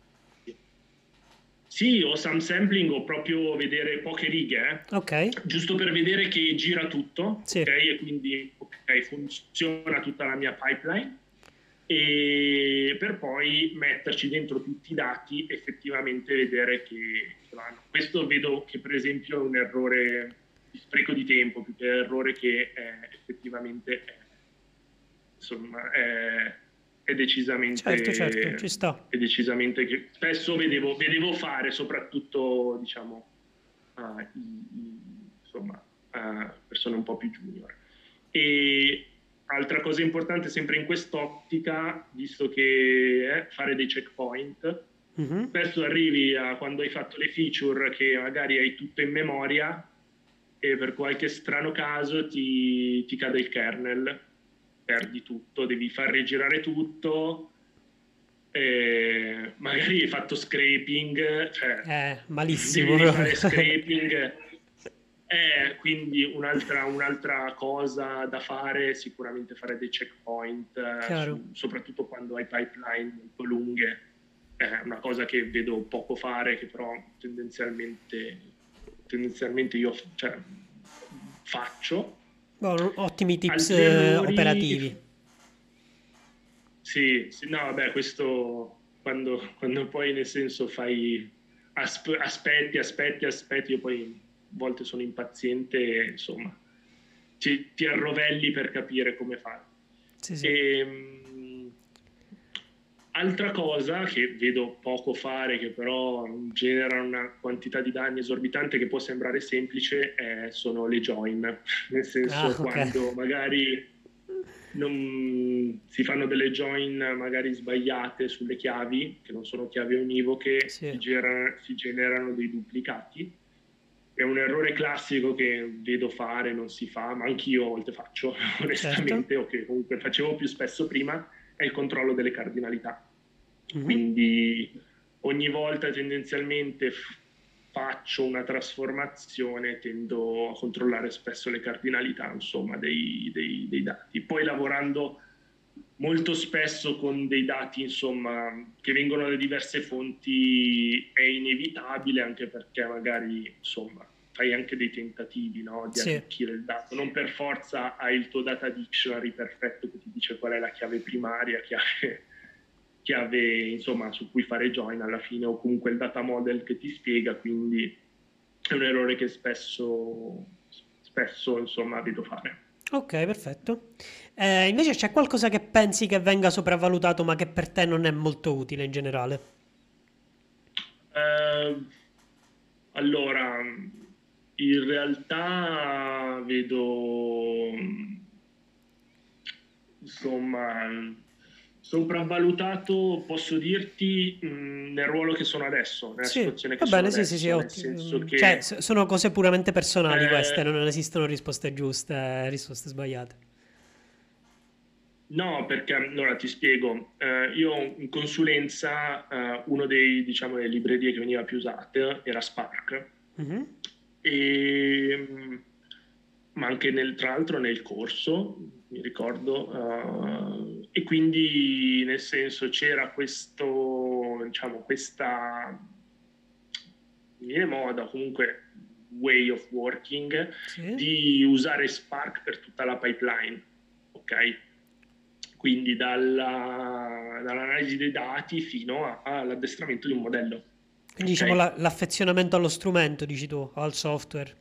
sì, o some sampling o proprio vedere poche righe, eh? Ok, Giusto per vedere che gira tutto, sì, ok? E quindi, ok, ok, funziona tutta la mia pipeline, e per poi metterci dentro tutti i dati, effettivamente vedere che, che vanno. Questo vedo che per esempio è un errore di spreco di tempo, più che errore che è, effettivamente è, insomma, è, è Certo, certo, ci decisamente, sta. è decisamente che spesso vedevo, vedevo fare, soprattutto diciamo a, i, i, insomma, a persone un po' più junior. E altra cosa importante sempre in quest'ottica, visto che eh, fare dei checkpoint, Mhm. spesso arrivi a quando hai fatto le feature che magari hai tutto in memoria e per qualche strano caso ti, ti cade il kernel, perdi tutto, devi far rigirare tutto, e magari hai fatto scraping, cioè Eh, malissimo devi proprio. fare scraping. Eh, quindi un'altra, un'altra cosa da fare è sicuramente fare dei checkpoint, eh, Chiaro. su, soprattutto quando hai pipeline molto lunghe. È una cosa che vedo poco fare, che però tendenzialmente, tendenzialmente io cioè, faccio. Buono, ottimi tips Altri eh, errori che... operativi. Sì, sì, no, vabbè, questo quando, quando poi nel senso fai asp- aspetti, aspetti, aspetti, io poi a volte sono impaziente, e, insomma, ti, ti arrovelli per capire come fare. Sì, sì. E, mh, altra cosa che vedo poco fare, che però genera una quantità di danni esorbitante che può sembrare semplice, eh, sono le join. Nel Ah, senso, ok. quando magari non, si fanno delle join magari sbagliate sulle chiavi, che non sono chiavi univoche, Sì, si, gera, si generano dei duplicati. È un errore classico che vedo fare, non si fa, ma anch'io a volte faccio, certo. onestamente, o che comunque facevo più spesso prima, è il controllo delle cardinalità. Mhm. Quindi ogni volta tendenzialmente f- faccio una trasformazione, tendo a controllare spesso le cardinalità, insomma, dei, dei, dei dati. Poi lavorando molto spesso con dei dati, insomma, che vengono da diverse fonti è inevitabile, anche perché magari, insomma, fai anche dei tentativi, no, di Sì. arricchire il dato. Non per forza hai il tuo data dictionary perfetto che ti dice qual è la chiave primaria, chiave, chiave insomma, su cui fare join alla fine, o comunque il data model che ti spiega, quindi è un errore che spesso, spesso insomma, vedo fare. Ok, perfetto. Eh, invece c'è qualcosa che pensi che venga sopravvalutato ma che per te non è molto utile in generale? Eh, allora, in realtà vedo, insomma, sopravvalutato, posso dirti, mh, nel ruolo che sono adesso, nella Sì, situazione che va sono bene, sì, sì, sì, adesso, nel senso ottimo. Cioè, che s- sono cose puramente personali queste, eh, non esistono risposte giuste, eh, risposte sbagliate. no, perché allora ti spiego, eh, io in consulenza, eh, uno dei, diciamo, delle librerie che veniva più usate era Spark, Mhm. e, mh, ma anche nel, tra l'altro nel corso, mi ricordo, eh, e quindi nel senso c'era questo, diciamo, questa, mi viene moda comunque way of working Sì. di usare Spark per tutta la pipeline, ok? Quindi dalla, dall'analisi dei dati fino a- all'addestramento di un modello, Quindi diciamo ok? la- l'affezionamento allo strumento, dici tu, o al software.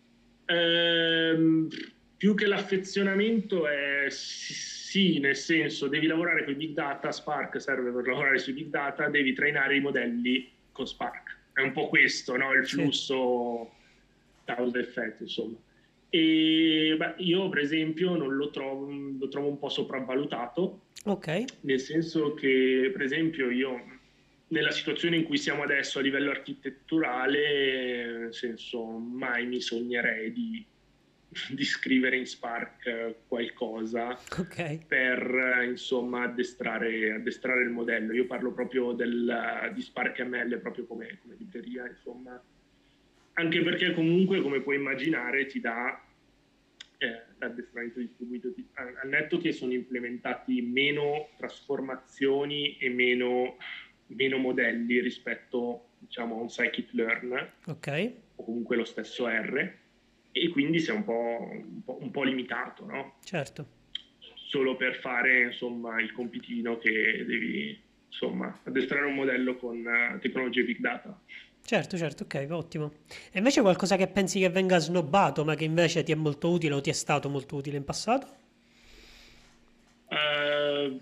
Ehm, più che l'affezionamento è sì, sì, nel senso devi lavorare con i big data, Spark serve per lavorare sui big data, devi trainare i modelli con Spark. È un po' questo, no? Il Sì. flusso causa-effetto, insomma. E beh, io per esempio non lo trovo, lo trovo un po' sopravvalutato, Ok. nel senso che per esempio io nella situazione in cui siamo adesso a livello architetturale, nel senso mai mi sognerei di, di scrivere in Spark qualcosa Ok. per insomma addestrare, addestrare il modello. Io parlo proprio del, di Spark M L proprio come, come libreria, insomma, anche perché comunque, come puoi immaginare, ti dà eh, l'addestramento distribuito, al netto che sono implementati meno trasformazioni e meno, meno modelli rispetto, diciamo, a un scikit-learn Ok. o comunque lo stesso R. e quindi sei un po', un po', un po' limitato, no? Certo. Solo per fare, insomma, il compitino che devi, insomma, addestrare un modello con eh, tecnologie big data. Certo, certo, ok, ottimo. E invece qualcosa che pensi che venga snobbato, ma che invece ti è molto utile o ti è stato molto utile in passato? Eh,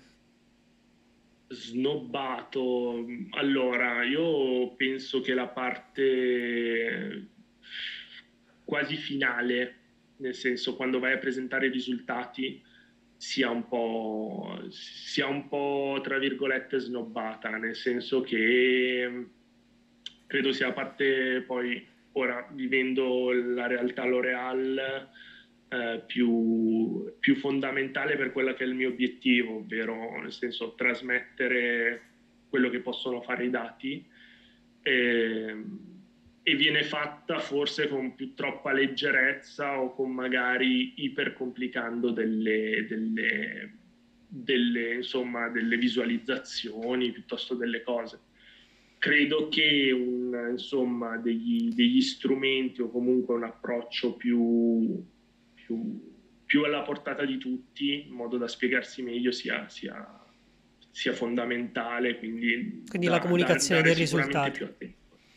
Snobbato. Allora, io penso che la parte quasi finale, nel senso quando vai a presentare i risultati, sia un po', sia un po', tra virgolette, snobbata, nel senso che credo sia a parte poi, ora vivendo la realtà L'Oreal, eh, più, più fondamentale per quello che è il mio obiettivo, ovvero nel senso trasmettere quello che possono fare i dati. E, e viene fatta forse con più troppa leggerezza o con magari ipercomplicando delle, delle, delle, insomma, delle visualizzazioni piuttosto delle cose. Credo che un, insomma, degli, degli strumenti o comunque un approccio più, più, più alla portata di tutti, in modo da spiegarsi meglio, sia, sia, sia fondamentale, quindi Quindi la da, da, comunicazione dare dei sicuramente risultati. più attenzione.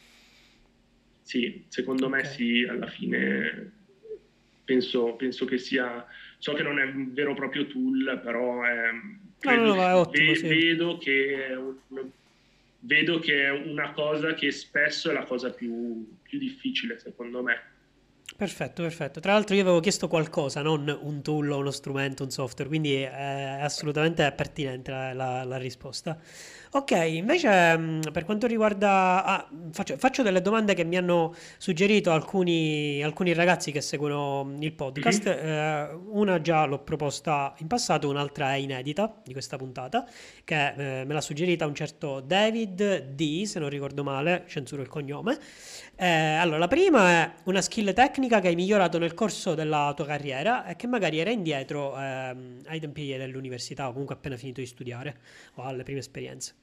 Sì, secondo me Ok. sì, alla fine penso, penso che sia, so che non è un vero e proprio tool, però è, No, no, credo, no, ma è ottimo, ve- sì. vedo che è un- vedo che è una cosa che spesso è la cosa più, più difficile, secondo me. Perfetto, perfetto. Tra l'altro io avevo chiesto qualcosa, non un tool o uno strumento, un software, quindi è assolutamente pertinente la, la- la risposta. Ok, invece mh, per quanto riguarda... ah, faccio, faccio delle domande che mi hanno suggerito alcuni, alcuni ragazzi che seguono il podcast. Mhm. Eh, una già l'ho proposta in passato, un'altra è inedita di questa puntata, che eh, me l'ha suggerita un certo David D, se non ricordo male, censuro il cognome. Eh, allora, la prima è una skill tecnica che hai migliorato nel corso della tua carriera e che magari era indietro ehm, ai tempi dell'università o comunque appena finito di studiare o alle prime esperienze.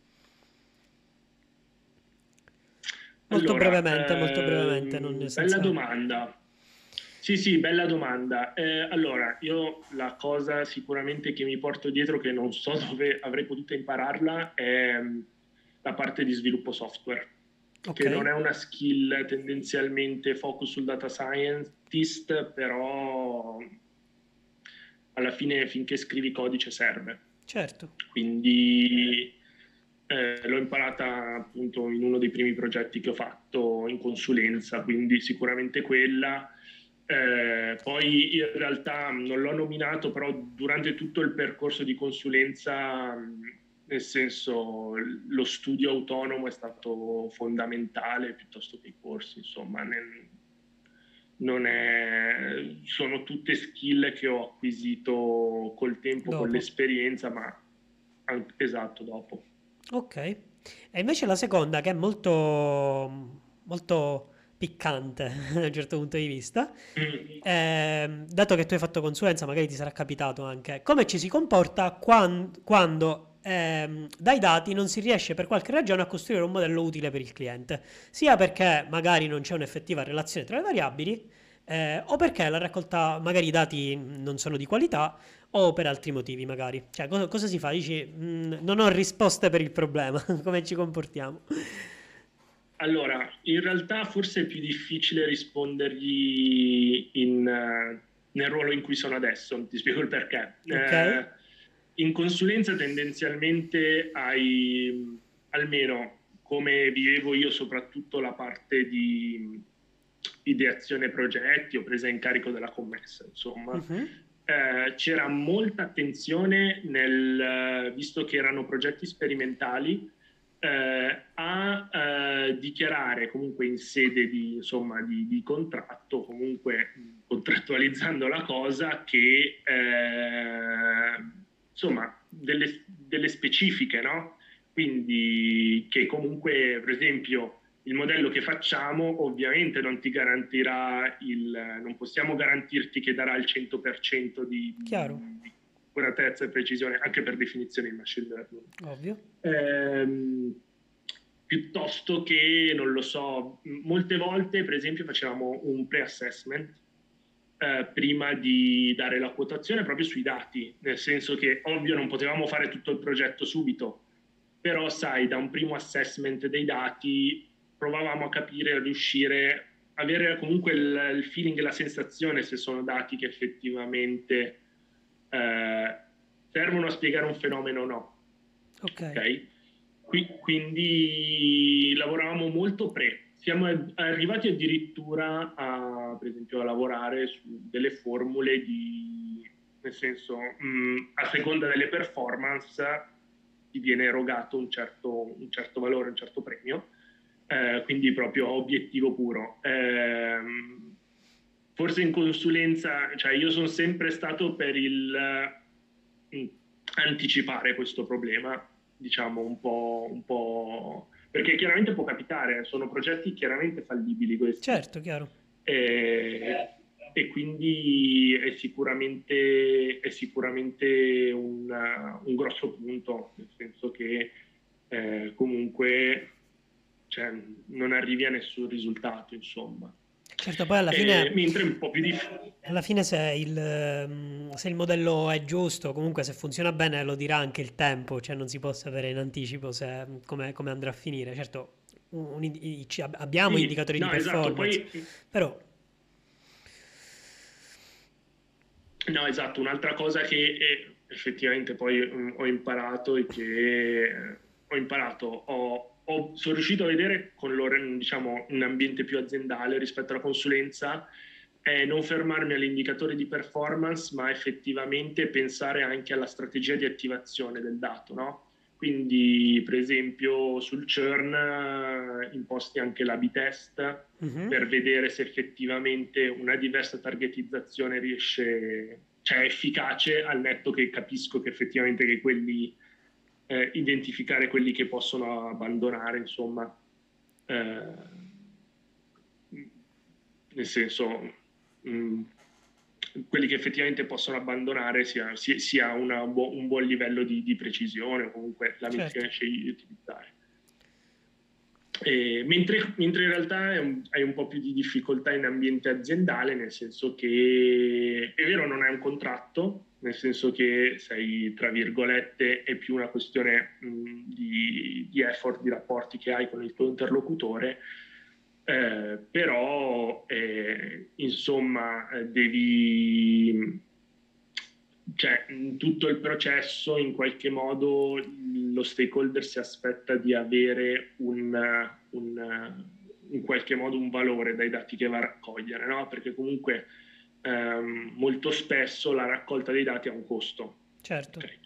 Molto Allora, brevemente, molto brevemente, non ehm, bella senza... domanda. Sì, sì, bella domanda. Eh, allora, io la cosa sicuramente che mi porto dietro, che non so dove avrei potuto impararla, è mm, la parte di sviluppo software, Ok, che non è una skill tendenzialmente focus sul data scientist, però alla fine finché scrivi codice serve. certo. Quindi eh, l'ho imparata appunto in uno dei primi progetti che ho fatto in consulenza, quindi sicuramente quella. Eh, poi in realtà non l'ho nominato, però durante tutto il percorso di consulenza, mh, nel senso, lo studio autonomo è stato fondamentale piuttosto che i corsi, insomma, nel- non è, sono tutte skill che ho acquisito col tempo, con Dopo. l'esperienza, ma anche, esatto, dopo. Ok. E invece la seconda, che è molto, molto piccante da un certo punto di vista, Mm. ehm, dato che tu hai fatto consulenza, magari ti sarà capitato anche, come ci si comporta quan- quando, ehm, dai dati non si riesce per qualche ragione a costruire un modello utile per il cliente, sia perché magari non c'è un'effettiva relazione tra le variabili, eh, o perché la raccolta, magari i dati non sono di qualità, o per altri motivi magari. Cioè, cosa, cosa si fa? Dici, "Mm, non ho risposte per il problema, come ci comportiamo?" Allora, in realtà forse è più difficile rispondergli in, eh, nel ruolo in cui sono adesso, ti spiego il perché. Ok? Eh, in consulenza tendenzialmente hai, almeno come vivevo io, soprattutto la parte di ideazione progetti o presa in carico della commessa, insomma. Mhm. Eh, c'era molta attenzione nel, visto che erano progetti sperimentali, eh, a eh, dichiarare comunque in sede di, insomma, di, di contratto, comunque contrattualizzando la cosa, che eh, insomma delle, delle specifiche, no? Quindi che comunque, per esempio, il modello che facciamo ovviamente non ti garantirà il, non possiamo garantirti che darà il cento per cento di, Chiaro, di accuratezza e precisione, anche per definizione in machine learning. ovvio. Ehm, piuttosto che, non lo so, molte volte per esempio facevamo un pre-assessment eh, prima di dare la quotazione proprio sui dati, nel senso che ovvio non potevamo fare tutto il progetto subito, però sai, da un primo assessment dei dati provavamo a capire, a riuscire, avere comunque il, il feeling e la sensazione se sono dati che effettivamente eh, servono a spiegare un fenomeno o no. Ok. Okay? Qui, quindi lavoravamo molto pre. Siamo arrivati addirittura a, per esempio, a lavorare su delle formule di, nel senso, mh, a seconda delle performance ti viene erogato un certo, un certo valore, un certo premio, eh, quindi proprio obiettivo puro. Eh, forse in consulenza, cioè io sono sempre stato per il mh, anticipare questo problema, diciamo un po', un po', perché chiaramente può capitare, sono progetti chiaramente fallibili questi. Certo, chiaro. E, e quindi è sicuramente, è sicuramente un, un grosso punto, nel senso che eh, comunque cioè, non arrivi a nessun risultato, insomma. Certo, poi alla E, fine, mentre è un po' più difficile. alla fine se il, ehm, se il modello è giusto, comunque se funziona bene lo dirà anche il tempo, cioè non si può sapere in anticipo se, come, come andrà a finire. Certo, un- un indi- ci ab- abbiamo Sì, indicatori di no, esatto, performance, poi però no, esatto, un'altra cosa che eh, effettivamente poi mm, ho imparato e che eh, ho imparato, ho, ho- sono riuscito a vedere con loro, diciamo, un ambiente più aziendale rispetto alla consulenza, è non fermarmi all'indicatore di performance, ma effettivamente pensare anche alla strategia di attivazione del dato, no? Quindi, per esempio, sul churn eh, imposti anche l'A B test mhm, per vedere se effettivamente una diversa targetizzazione riesce, cioè è efficace al netto che capisco che effettivamente che quelli, eh, identificare quelli che possono abbandonare, insomma, eh, nel senso, mh, quelli che effettivamente possono abbandonare sia, sia, sia una, un buon livello di, di precisione o comunque la metrica certo. che scegli di utilizzare. Eh, mentre, mentre in realtà hai un, hai un po' più di difficoltà in ambiente aziendale, nel senso che è vero, non hai un contratto, nel senso che sei, tra virgolette, è più una questione mh, di, di effort, di rapporti che hai con il tuo interlocutore, eh, però eh, insomma eh, devi, cioè in tutto il processo in qualche modo lo stakeholder si aspetta di avere un, un, in qualche modo un valore dai dati che va a raccogliere, no? Perché comunque ehm, molto spesso la raccolta dei dati ha un costo. Certo. Okay?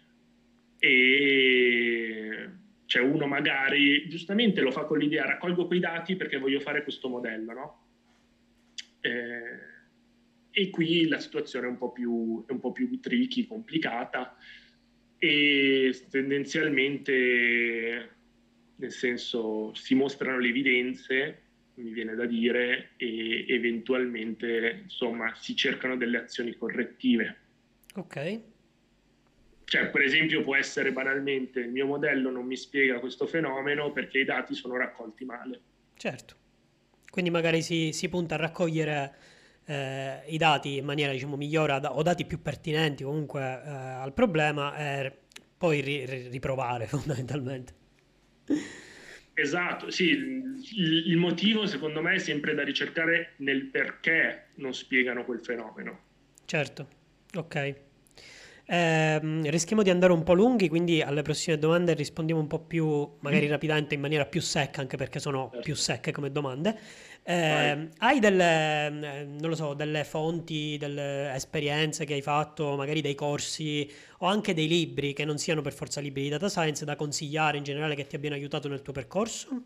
E cioè uno magari giustamente lo fa con l'idea raccolgo quei dati perché voglio fare questo modello, no? Eh, e qui la situazione è un po' più, è un po' più tricky, complicata e tendenzialmente, nel senso, si mostrano le evidenze, mi viene da dire, e eventualmente, insomma, si cercano delle azioni correttive. Ok, Cioè, per esempio, può essere banalmente il mio modello non mi spiega questo fenomeno perché i dati sono raccolti male. certo. Quindi magari si, si punta a raccogliere eh, i dati in maniera, diciamo, migliore ad- o dati più pertinenti comunque eh, al problema e poi ri- ri- riprovare fondamentalmente. Esatto, sì, il, il motivo secondo me è sempre da ricercare nel perché non spiegano quel fenomeno. Certo, ok. Ehm, rischiamo di andare un po' lunghi, quindi alle prossime domande rispondiamo un po' più, magari Mhm. rapidamente, in maniera più secca, anche perché sono più Certo. secche come domande. Vai. Ehm, hai delle, eh, non lo so, delle fonti, delle esperienze che hai fatto, magari dei corsi o anche dei libri che non siano per forza libri di data science da consigliare in generale che ti abbiano aiutato nel tuo percorso?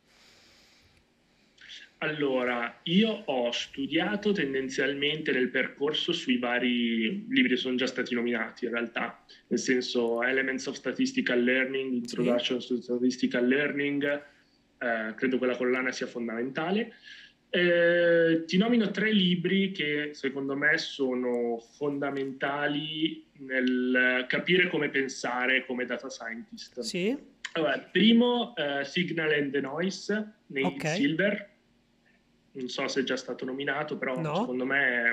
Allora, io ho studiato tendenzialmente nel percorso sui vari libri che sono già stati nominati in realtà, nel senso Elements of Statistical Learning, Sì, Introduction to Statistical Learning, eh, credo quella collana sia fondamentale. Eh, ti nomino tre libri che secondo me sono fondamentali nel capire come pensare come data scientist. sì, Allora, primo, eh, Signal and the Noise, ok, Nate Silver, non so se è già stato nominato, però no, secondo me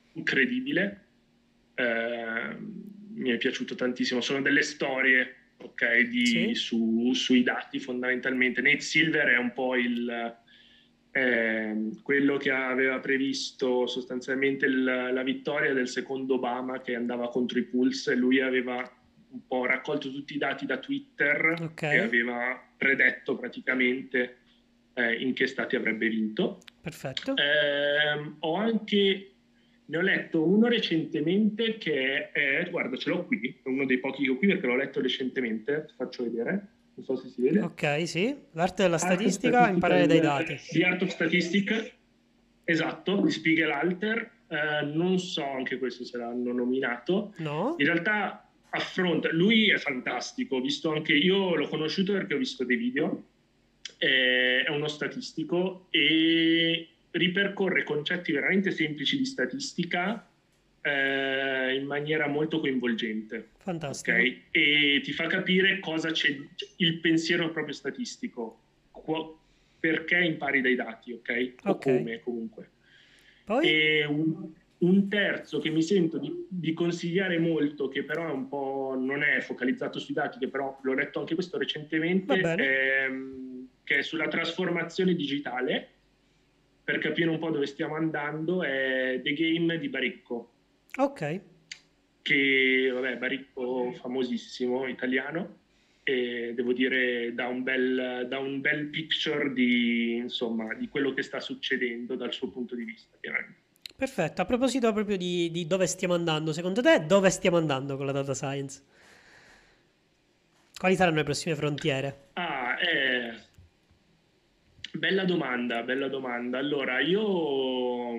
credibile. Eh, mi è piaciuto tantissimo. Sono delle storie, ok, di, Sì. su, sui dati fondamentalmente. Nate Silver è un po' il, eh, quello che aveva previsto sostanzialmente il, la vittoria del secondo Obama che andava contro i Pulse, e lui aveva un po' raccolto tutti i dati da Twitter Ok, e aveva predetto praticamente eh, in che stati avrebbe vinto. perfetto. Eh, ho anche, ne ho letto uno recentemente che è, guarda, ce l'ho qui, è uno dei pochi che ho qui perché l'ho letto recentemente, ti faccio vedere, non so se si vede. Ok, sì. L'arte della Art of statistica, imparare dai Statistical, dati. The Art of Statistics, esatto, di Spiegelalter. Eh, non so anche questo se l'hanno nominato. In No? realtà affronta, lui è fantastico, ho visto anche, io l'ho conosciuto perché ho visto dei video, eh, è uno statistico e ripercorre concetti veramente semplici di statistica eh, in maniera molto coinvolgente, ok? Fantastico. E ti fa capire cosa c'è, il pensiero proprio statistico, qu- perché impari dai dati, ok? O Ok. come comunque. Poi? E un, un terzo che mi sento di, di consigliare molto, che però è un po' non è focalizzato sui dati, che però l'ho letto anche questo Va recentemente, bene. è, che è sulla trasformazione digitale, per capire un po' dove stiamo andando, è The Game di Baricco, Ok. che vabbè, Baricco famosissimo, italiano, e devo dire da un bel, da un bel picture di, insomma, di quello che sta succedendo dal suo punto di vista, chiaramente. Perfetto. A proposito proprio di, di dove stiamo andando, secondo te dove stiamo andando con la data science? Quali saranno le prossime frontiere? Ah, eh, bella domanda, bella domanda. Allora, io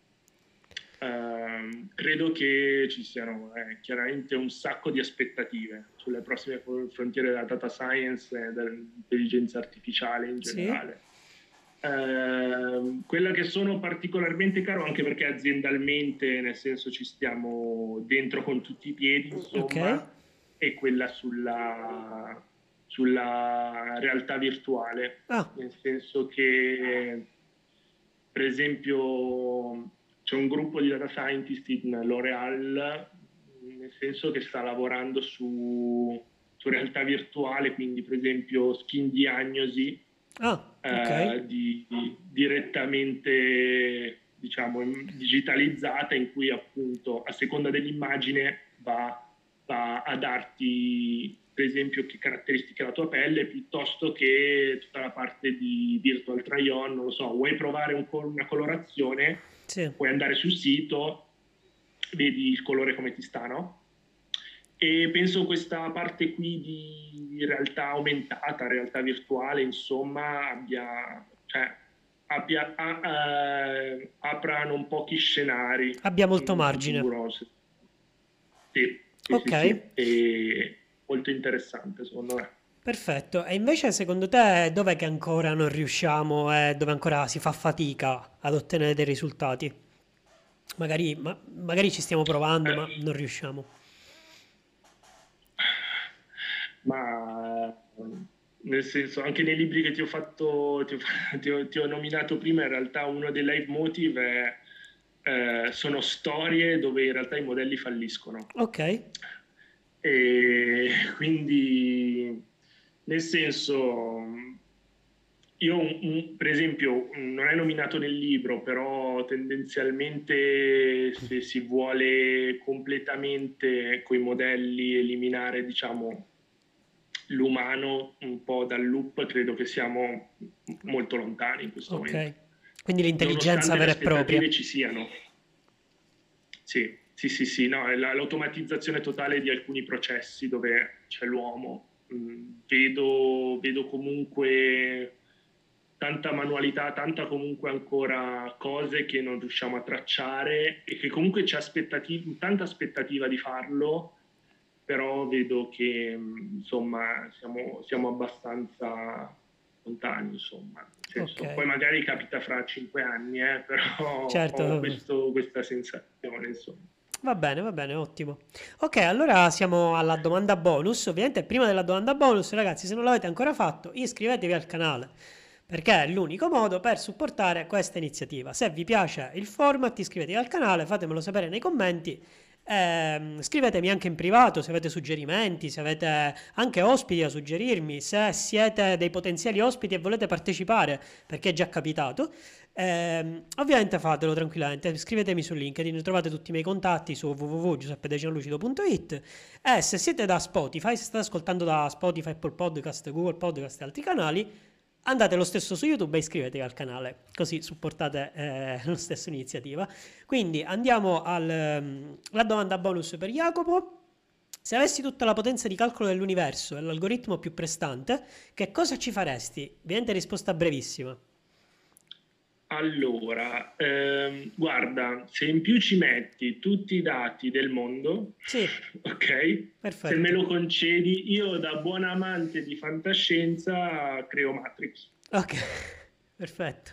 ehm, credo che ci siano eh, chiaramente un sacco di aspettative sulle prossime frontiere della data science e dell'intelligenza artificiale in Sì? generale. Eh, quella che sono particolarmente caro anche perché aziendalmente, nel senso ci stiamo dentro con tutti i piedi, Ok. insomma, è quella sulla, sulla realtà virtuale, Ah, nel senso che, per esempio, c'è un gruppo di data scientist in L'Oreal, nel senso che sta lavorando su, su realtà virtuale, quindi per esempio skin diagnosi ah, ok. eh, di, di, direttamente diciamo digitalizzata in cui appunto a seconda dell'immagine va, va a darti per esempio che caratteristiche ha la tua pelle piuttosto che tutta la parte di virtual try-on, non lo so, vuoi provare un, una colorazione, Sì. puoi andare sul sito, vedi il colore come ti sta, no? E penso questa parte qui di realtà aumentata, realtà virtuale, insomma, abbia, cioè, abbia, a, a, apra non pochi scenari Abbia molto in margine. futuro. Sì, sì, sì, Ok. sì. E molto interessante, secondo me. Perfetto. E invece secondo te dov'è che ancora non riusciamo e dove ancora si fa fatica ad ottenere dei risultati? Magari, ma- magari ci stiamo provando, Eh, ma non riusciamo. ma nel senso, anche nei libri che ti ho fatto, ti ho, ti ho- ti ho nominato prima, in realtà uno dei leitmotiv è, eh, sono storie dove in realtà i modelli falliscono. Ok. E quindi, nel senso, io, un- un- per esempio, non è nominato nel libro, però tendenzialmente se si vuole completamente coi modelli eliminare, diciamo, l'umano un po' dal loop, credo che siamo molto lontani in questo momento, Ok. Quindi l'intelligenza nonostante le vera e propria. aspettative ci siano. Sì, sì, sì, sì, no, è la- l'automatizzazione totale di alcuni processi dove c'è l'uomo. Mm, vedo, vedo comunque tanta manualità, tanta comunque ancora cose che non riusciamo a tracciare e che comunque c'è aspettati- tanta aspettativa di farlo, però vedo che mm, insomma siamo, siamo abbastanza lontani, insomma. Nel Ok. senso, poi magari capita fra cinque anni, eh, però ho Certo. questo- questa sensazione, insomma. Va bene, va bene, ottimo. Ok, allora siamo alla domanda bonus. Ovviamente, prima della domanda bonus, ragazzi, se non l'avete ancora fatto, iscrivetevi al canale. perché è l'unico modo per supportare questa iniziativa. Se vi piace il format, iscrivetevi al canale, fatemelo sapere nei commenti. Eh, scrivetemi anche in privato se avete suggerimenti, se avete anche ospiti da suggerirmi, se siete dei potenziali ospiti e volete partecipare, perché è già capitato. Eh, ovviamente fatelo tranquillamente, scrivetemi su LinkedIn, trovate tutti i miei contatti su w w w punto giuseppe degianlucido punto it. E se siete da Spotify, se state ascoltando da Spotify, Apple Podcast, Google Podcast e altri canali, andate lo stesso su YouTube e iscrivetevi al canale, così supportate eh, lo stesso iniziativa. Quindi andiamo alla um, domanda bonus per Jacopo. Se avessi tutta la potenza di calcolo dell'universo e l'algoritmo più prestante, che cosa ci faresti? Ovviamente risposta brevissima. Allora, ehm, guarda, se in più ci metti tutti i dati del mondo, sì, ok? Perfetto. Se me lo concedi, io da buon amante di fantascienza creo Matrix. Ok, perfetto.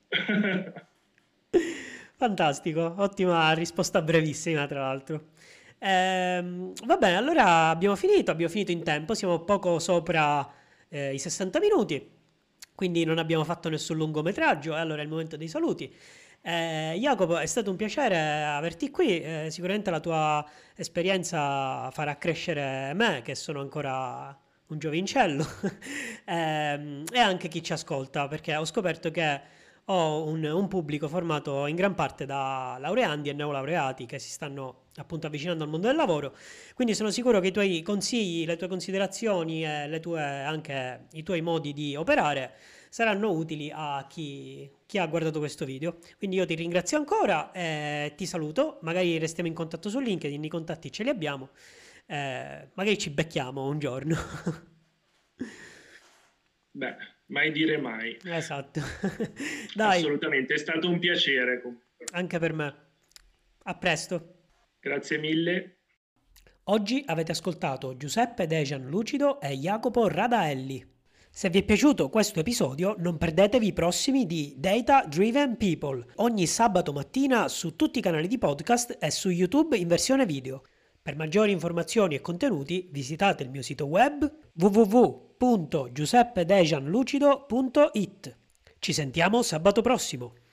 Fantastico, ottima risposta brevissima tra l'altro. Ehm, va bene, allora abbiamo finito, abbiamo finito in tempo, siamo poco sopra eh, i sessanta minuti. Quindi non abbiamo fatto nessun lungometraggio e allora è il momento dei saluti. Eh, Jacopo, è stato un piacere averti qui, eh, sicuramente la tua esperienza farà crescere me, che sono ancora un giovincello, eh, e anche chi ci ascolta, perché ho scoperto che ho un, un pubblico formato in gran parte da laureandi e neolaureati che si stanno appunto avvicinando al mondo del lavoro, quindi sono sicuro che i tuoi consigli, le tue considerazioni e le tue, anche i tuoi modi di operare saranno utili a chi, chi ha guardato questo video. Quindi io ti ringrazio ancora e ti saluto, magari restiamo in contatto su LinkedIn, i contatti ce li abbiamo, eh, magari ci becchiamo un giorno. Beh, mai dire mai. Esatto. Dai. Assolutamente, è stato un piacere. Anche per me. A presto. Grazie mille. Oggi avete ascoltato Giuseppe Dejan Lucido e Jacopo Radaelli. Se vi è piaciuto questo episodio, non perdetevi i prossimi di Data Driven People, ogni sabato mattina su tutti i canali di podcast e su YouTube in versione video. Per maggiori informazioni e contenuti visitate il mio sito web w w w punto giuseppe dejan lucido punto it. Ci sentiamo sabato prossimo!